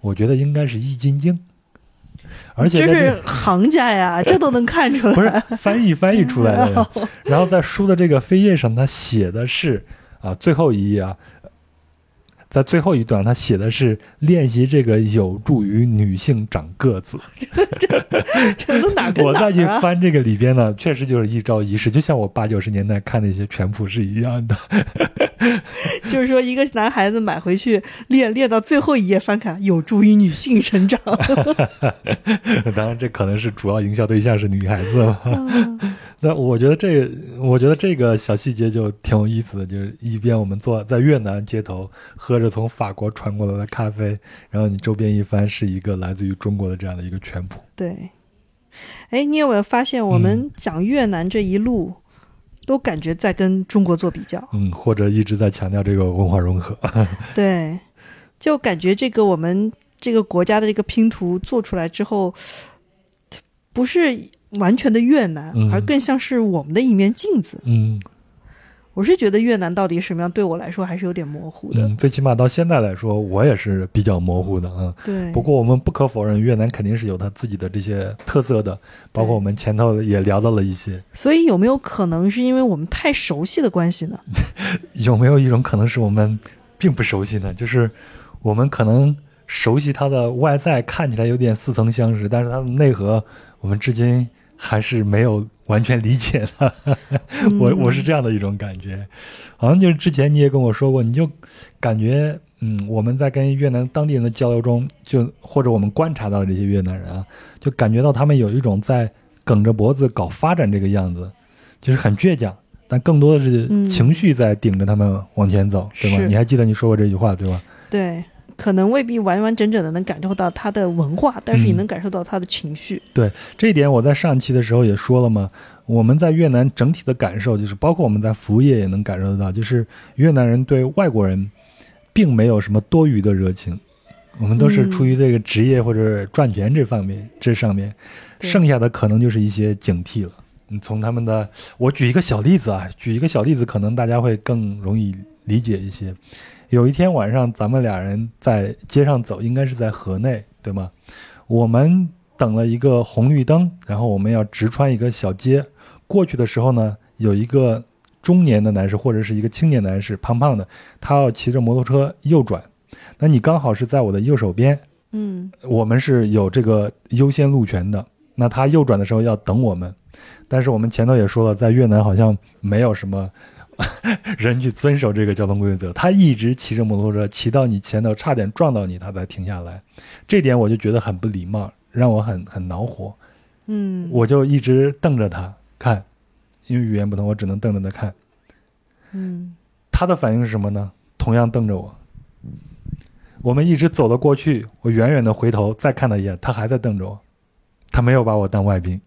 我觉得应该是易筋经，而且这是行家呀，这都能看出来。 不是翻译出来的。然后在书的这个扉页上，他写的是最后一页在最后一段他写的是练习这个有助于女性长个子。 这都哪跟哪啊？ 我再去翻这个里边呢，确实就是一招一式，就像我80、90年代看那些全谱是一样的。 就是说一个男孩子买回去练到最后一页翻看，有助于女性成长。 当然这可能是主要营销对象是女孩子嘛。那我觉得这个小细节就挺有意思的，就是一边我们坐在越南街头喝着从法国传过来的咖啡，然后你周边一翻是一个来自于中国的这样的一个全谱。 对，你有没有发现我们讲越南这一路都感觉在跟中国做比较， 或者一直在强调这个文化融合。 对，就感觉这个我们这个国家的这个拼图做出来之后，不是完全的越南，而更像是我们的一面镜子。我是觉得越南到底什么样，对我来说还是有点模糊的。 最起码到现在来说，我也是比较模糊的啊。 对。 不过我们不可否认，越南肯定是有它自己的这些特色的，包括我们前头也聊到了一些。 所以有没有可能是因为我们太熟悉的关系呢？ 有没有一种可能是我们并不熟悉呢？就是我们可能熟悉它的外在，看起来有点似曾相识，但是它的内核我们至今还是没有完全理解的。我是这样的一种感觉。好像就是之前你也跟我说过，你就感觉我们在跟越南当地人的交流中，就或者我们观察到的这些越南人啊，就感觉到他们有一种在梗着脖子搞发展这个样子，就是很倔强，但更多的是情绪在顶着他们往前走，对吧？你还记得你说过这句话对吧？ 对，可能未必完完整整的能感受到他的文化，但是你能感受到他的情绪。 对，这一点我在上期的时候也说了嘛，我们在越南整体的感受，就是包括我们在服务业也能感受得到，就是越南人对外国人并没有什么多余的热情，我们都是出于这个职业或者赚钱这上面，剩下的可能就是一些警惕了。你从他们的，我举一个小例子可能大家会更容易理解一些。有一天晚上咱们俩人在街上走，应该是在河内，对吗？我们等了一个红绿灯，然后我们要直穿一个小街过去的时候呢，有一个中年的男士或者是一个青年男士，胖胖的，他要骑着摩托车右转，那你刚好是在我的右手边，我们是有这个优先路权的，那他右转的时候要等我们，但是我们前头也说了，在越南好像没有什么人去遵守这个交通规则，他一直骑着摩托车骑到你前头，差点撞到你，他才停下来。这点我就觉得很不礼貌，让我很恼火。我就一直瞪着他看，因为语言不通，我只能瞪着他看。他的反应是什么呢？同样瞪着我。我们一直走了过去，我远远的回头再看他一眼，他还在瞪着我，他没有把我当外宾。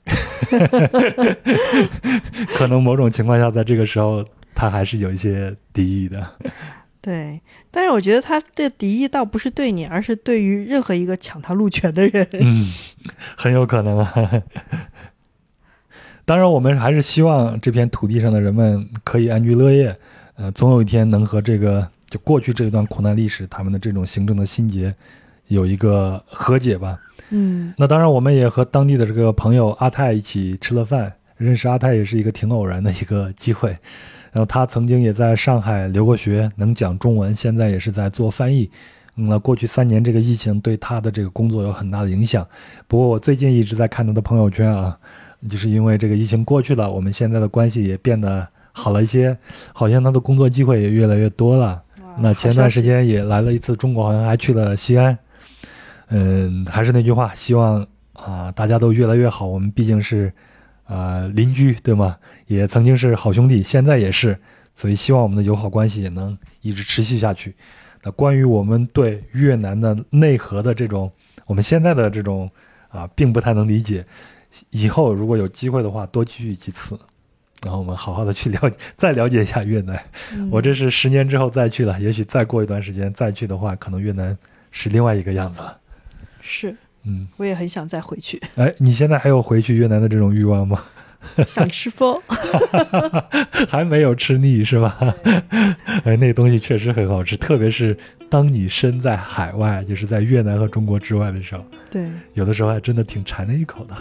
可能某种情况下，在这个时候他还是有一些敌意的。 对，但是我觉得他的敌意倒不是对你，而是对于任何一个抢他路权的人。 很有可能啊。当然我们还是希望这片土地上的人们可以安居乐业，总有一天能和这个就过去这一段苦难历史他们的这种行政的心结有一个和解吧。那当然我们也和当地的这个朋友阿泰一起吃了饭，认识阿泰也是一个挺偶然的一个机会。然后他曾经也在上海留过学，能讲中文，现在也是在做翻译。那过去3年这个疫情对他的这个工作有很大的影响。不过我最近一直在看他的朋友圈啊，就是因为这个疫情过去了，我们现在的关系也变得好了一些，好像他的工作机会也越来越多了。那前段时间也来了一次中国，好像还去了西安。还是那句话，希望大家都越来越好。我们毕竟是邻居，对吗？也曾经是好兄弟，现在也是，所以希望我们的友好关系也能一直持续下去。那关于我们对越南的内核的这种，我们现在的这种并不太能理解，以后如果有机会的话，多去几次，然后我们好好的去再了解一下越南。我这是10年之后再去了，也许再过一段时间再去的话，可能越南是另外一个样子了。 是，我也很想再回去。 你现在还有回去越南的这种欲望吗？ 想吃风还没有吃腻是吧？哎，那东西确实很好吃，特别是当你身在海外，就是在越南和中国之外的时候， 对， 有的时候还真的挺馋那一口的。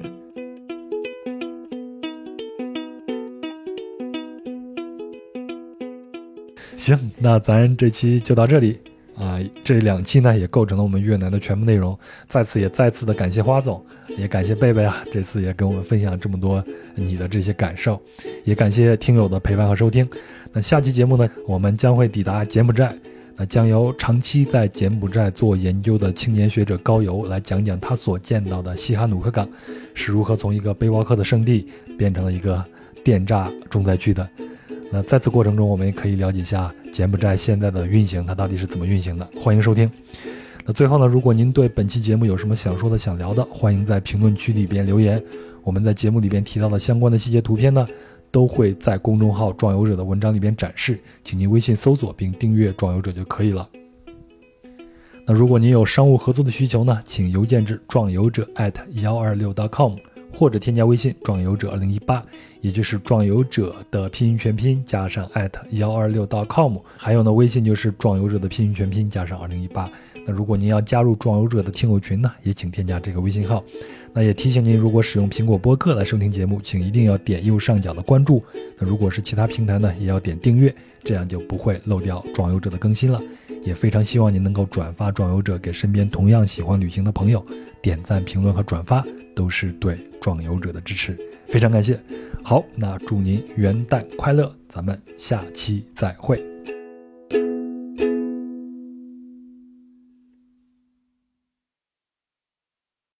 行，那咱这期就到这里啊，这2期呢也构成了我们越南的全部内容。再次的感谢花总，也感谢贝贝啊，这次也跟我们分享这么多你的这些感受，也感谢听友的陪伴和收听。那下期节目呢，我们将会抵达柬埔寨，那将由长期在柬埔寨做研究的青年学者高游来讲讲他所见到的西哈努克港是如何从一个背包客的圣地变成了一个电诈重灾区的。那在此过程中，我们也可以了解一下柬埔寨现在的运行，它到底是怎么运行的。欢迎收听。那最后呢，如果您对本期节目有什么想说的、想聊的，欢迎在评论区里边留言。我们在节目里边提到的相关的细节图片呢，都会在公众号壮游者的文章里边展示，请您微信搜索并订阅壮游者就可以了。那如果您有商务合作的需求呢，请邮件至壮游者@126.com，或者添加微信壮游者2018，也就是壮游者的拼音全拼加上@126.com，还有呢，微信就是壮游者的拼音全拼加上2018。那如果您要加入壮游者的听友群呢，也请添加这个微信号。那也提醒您，如果使用苹果播客来收听节目，请一定要点右上角的关注。那如果是其他平台呢，也要点订阅，这样就不会漏掉壮游者的更新了。也非常希望您能够转发壮游者给身边同样喜欢旅行的朋友，点赞、评论和转发都是对壮游者的支持，非常感谢。好，那祝您元旦快乐，咱们下期再会。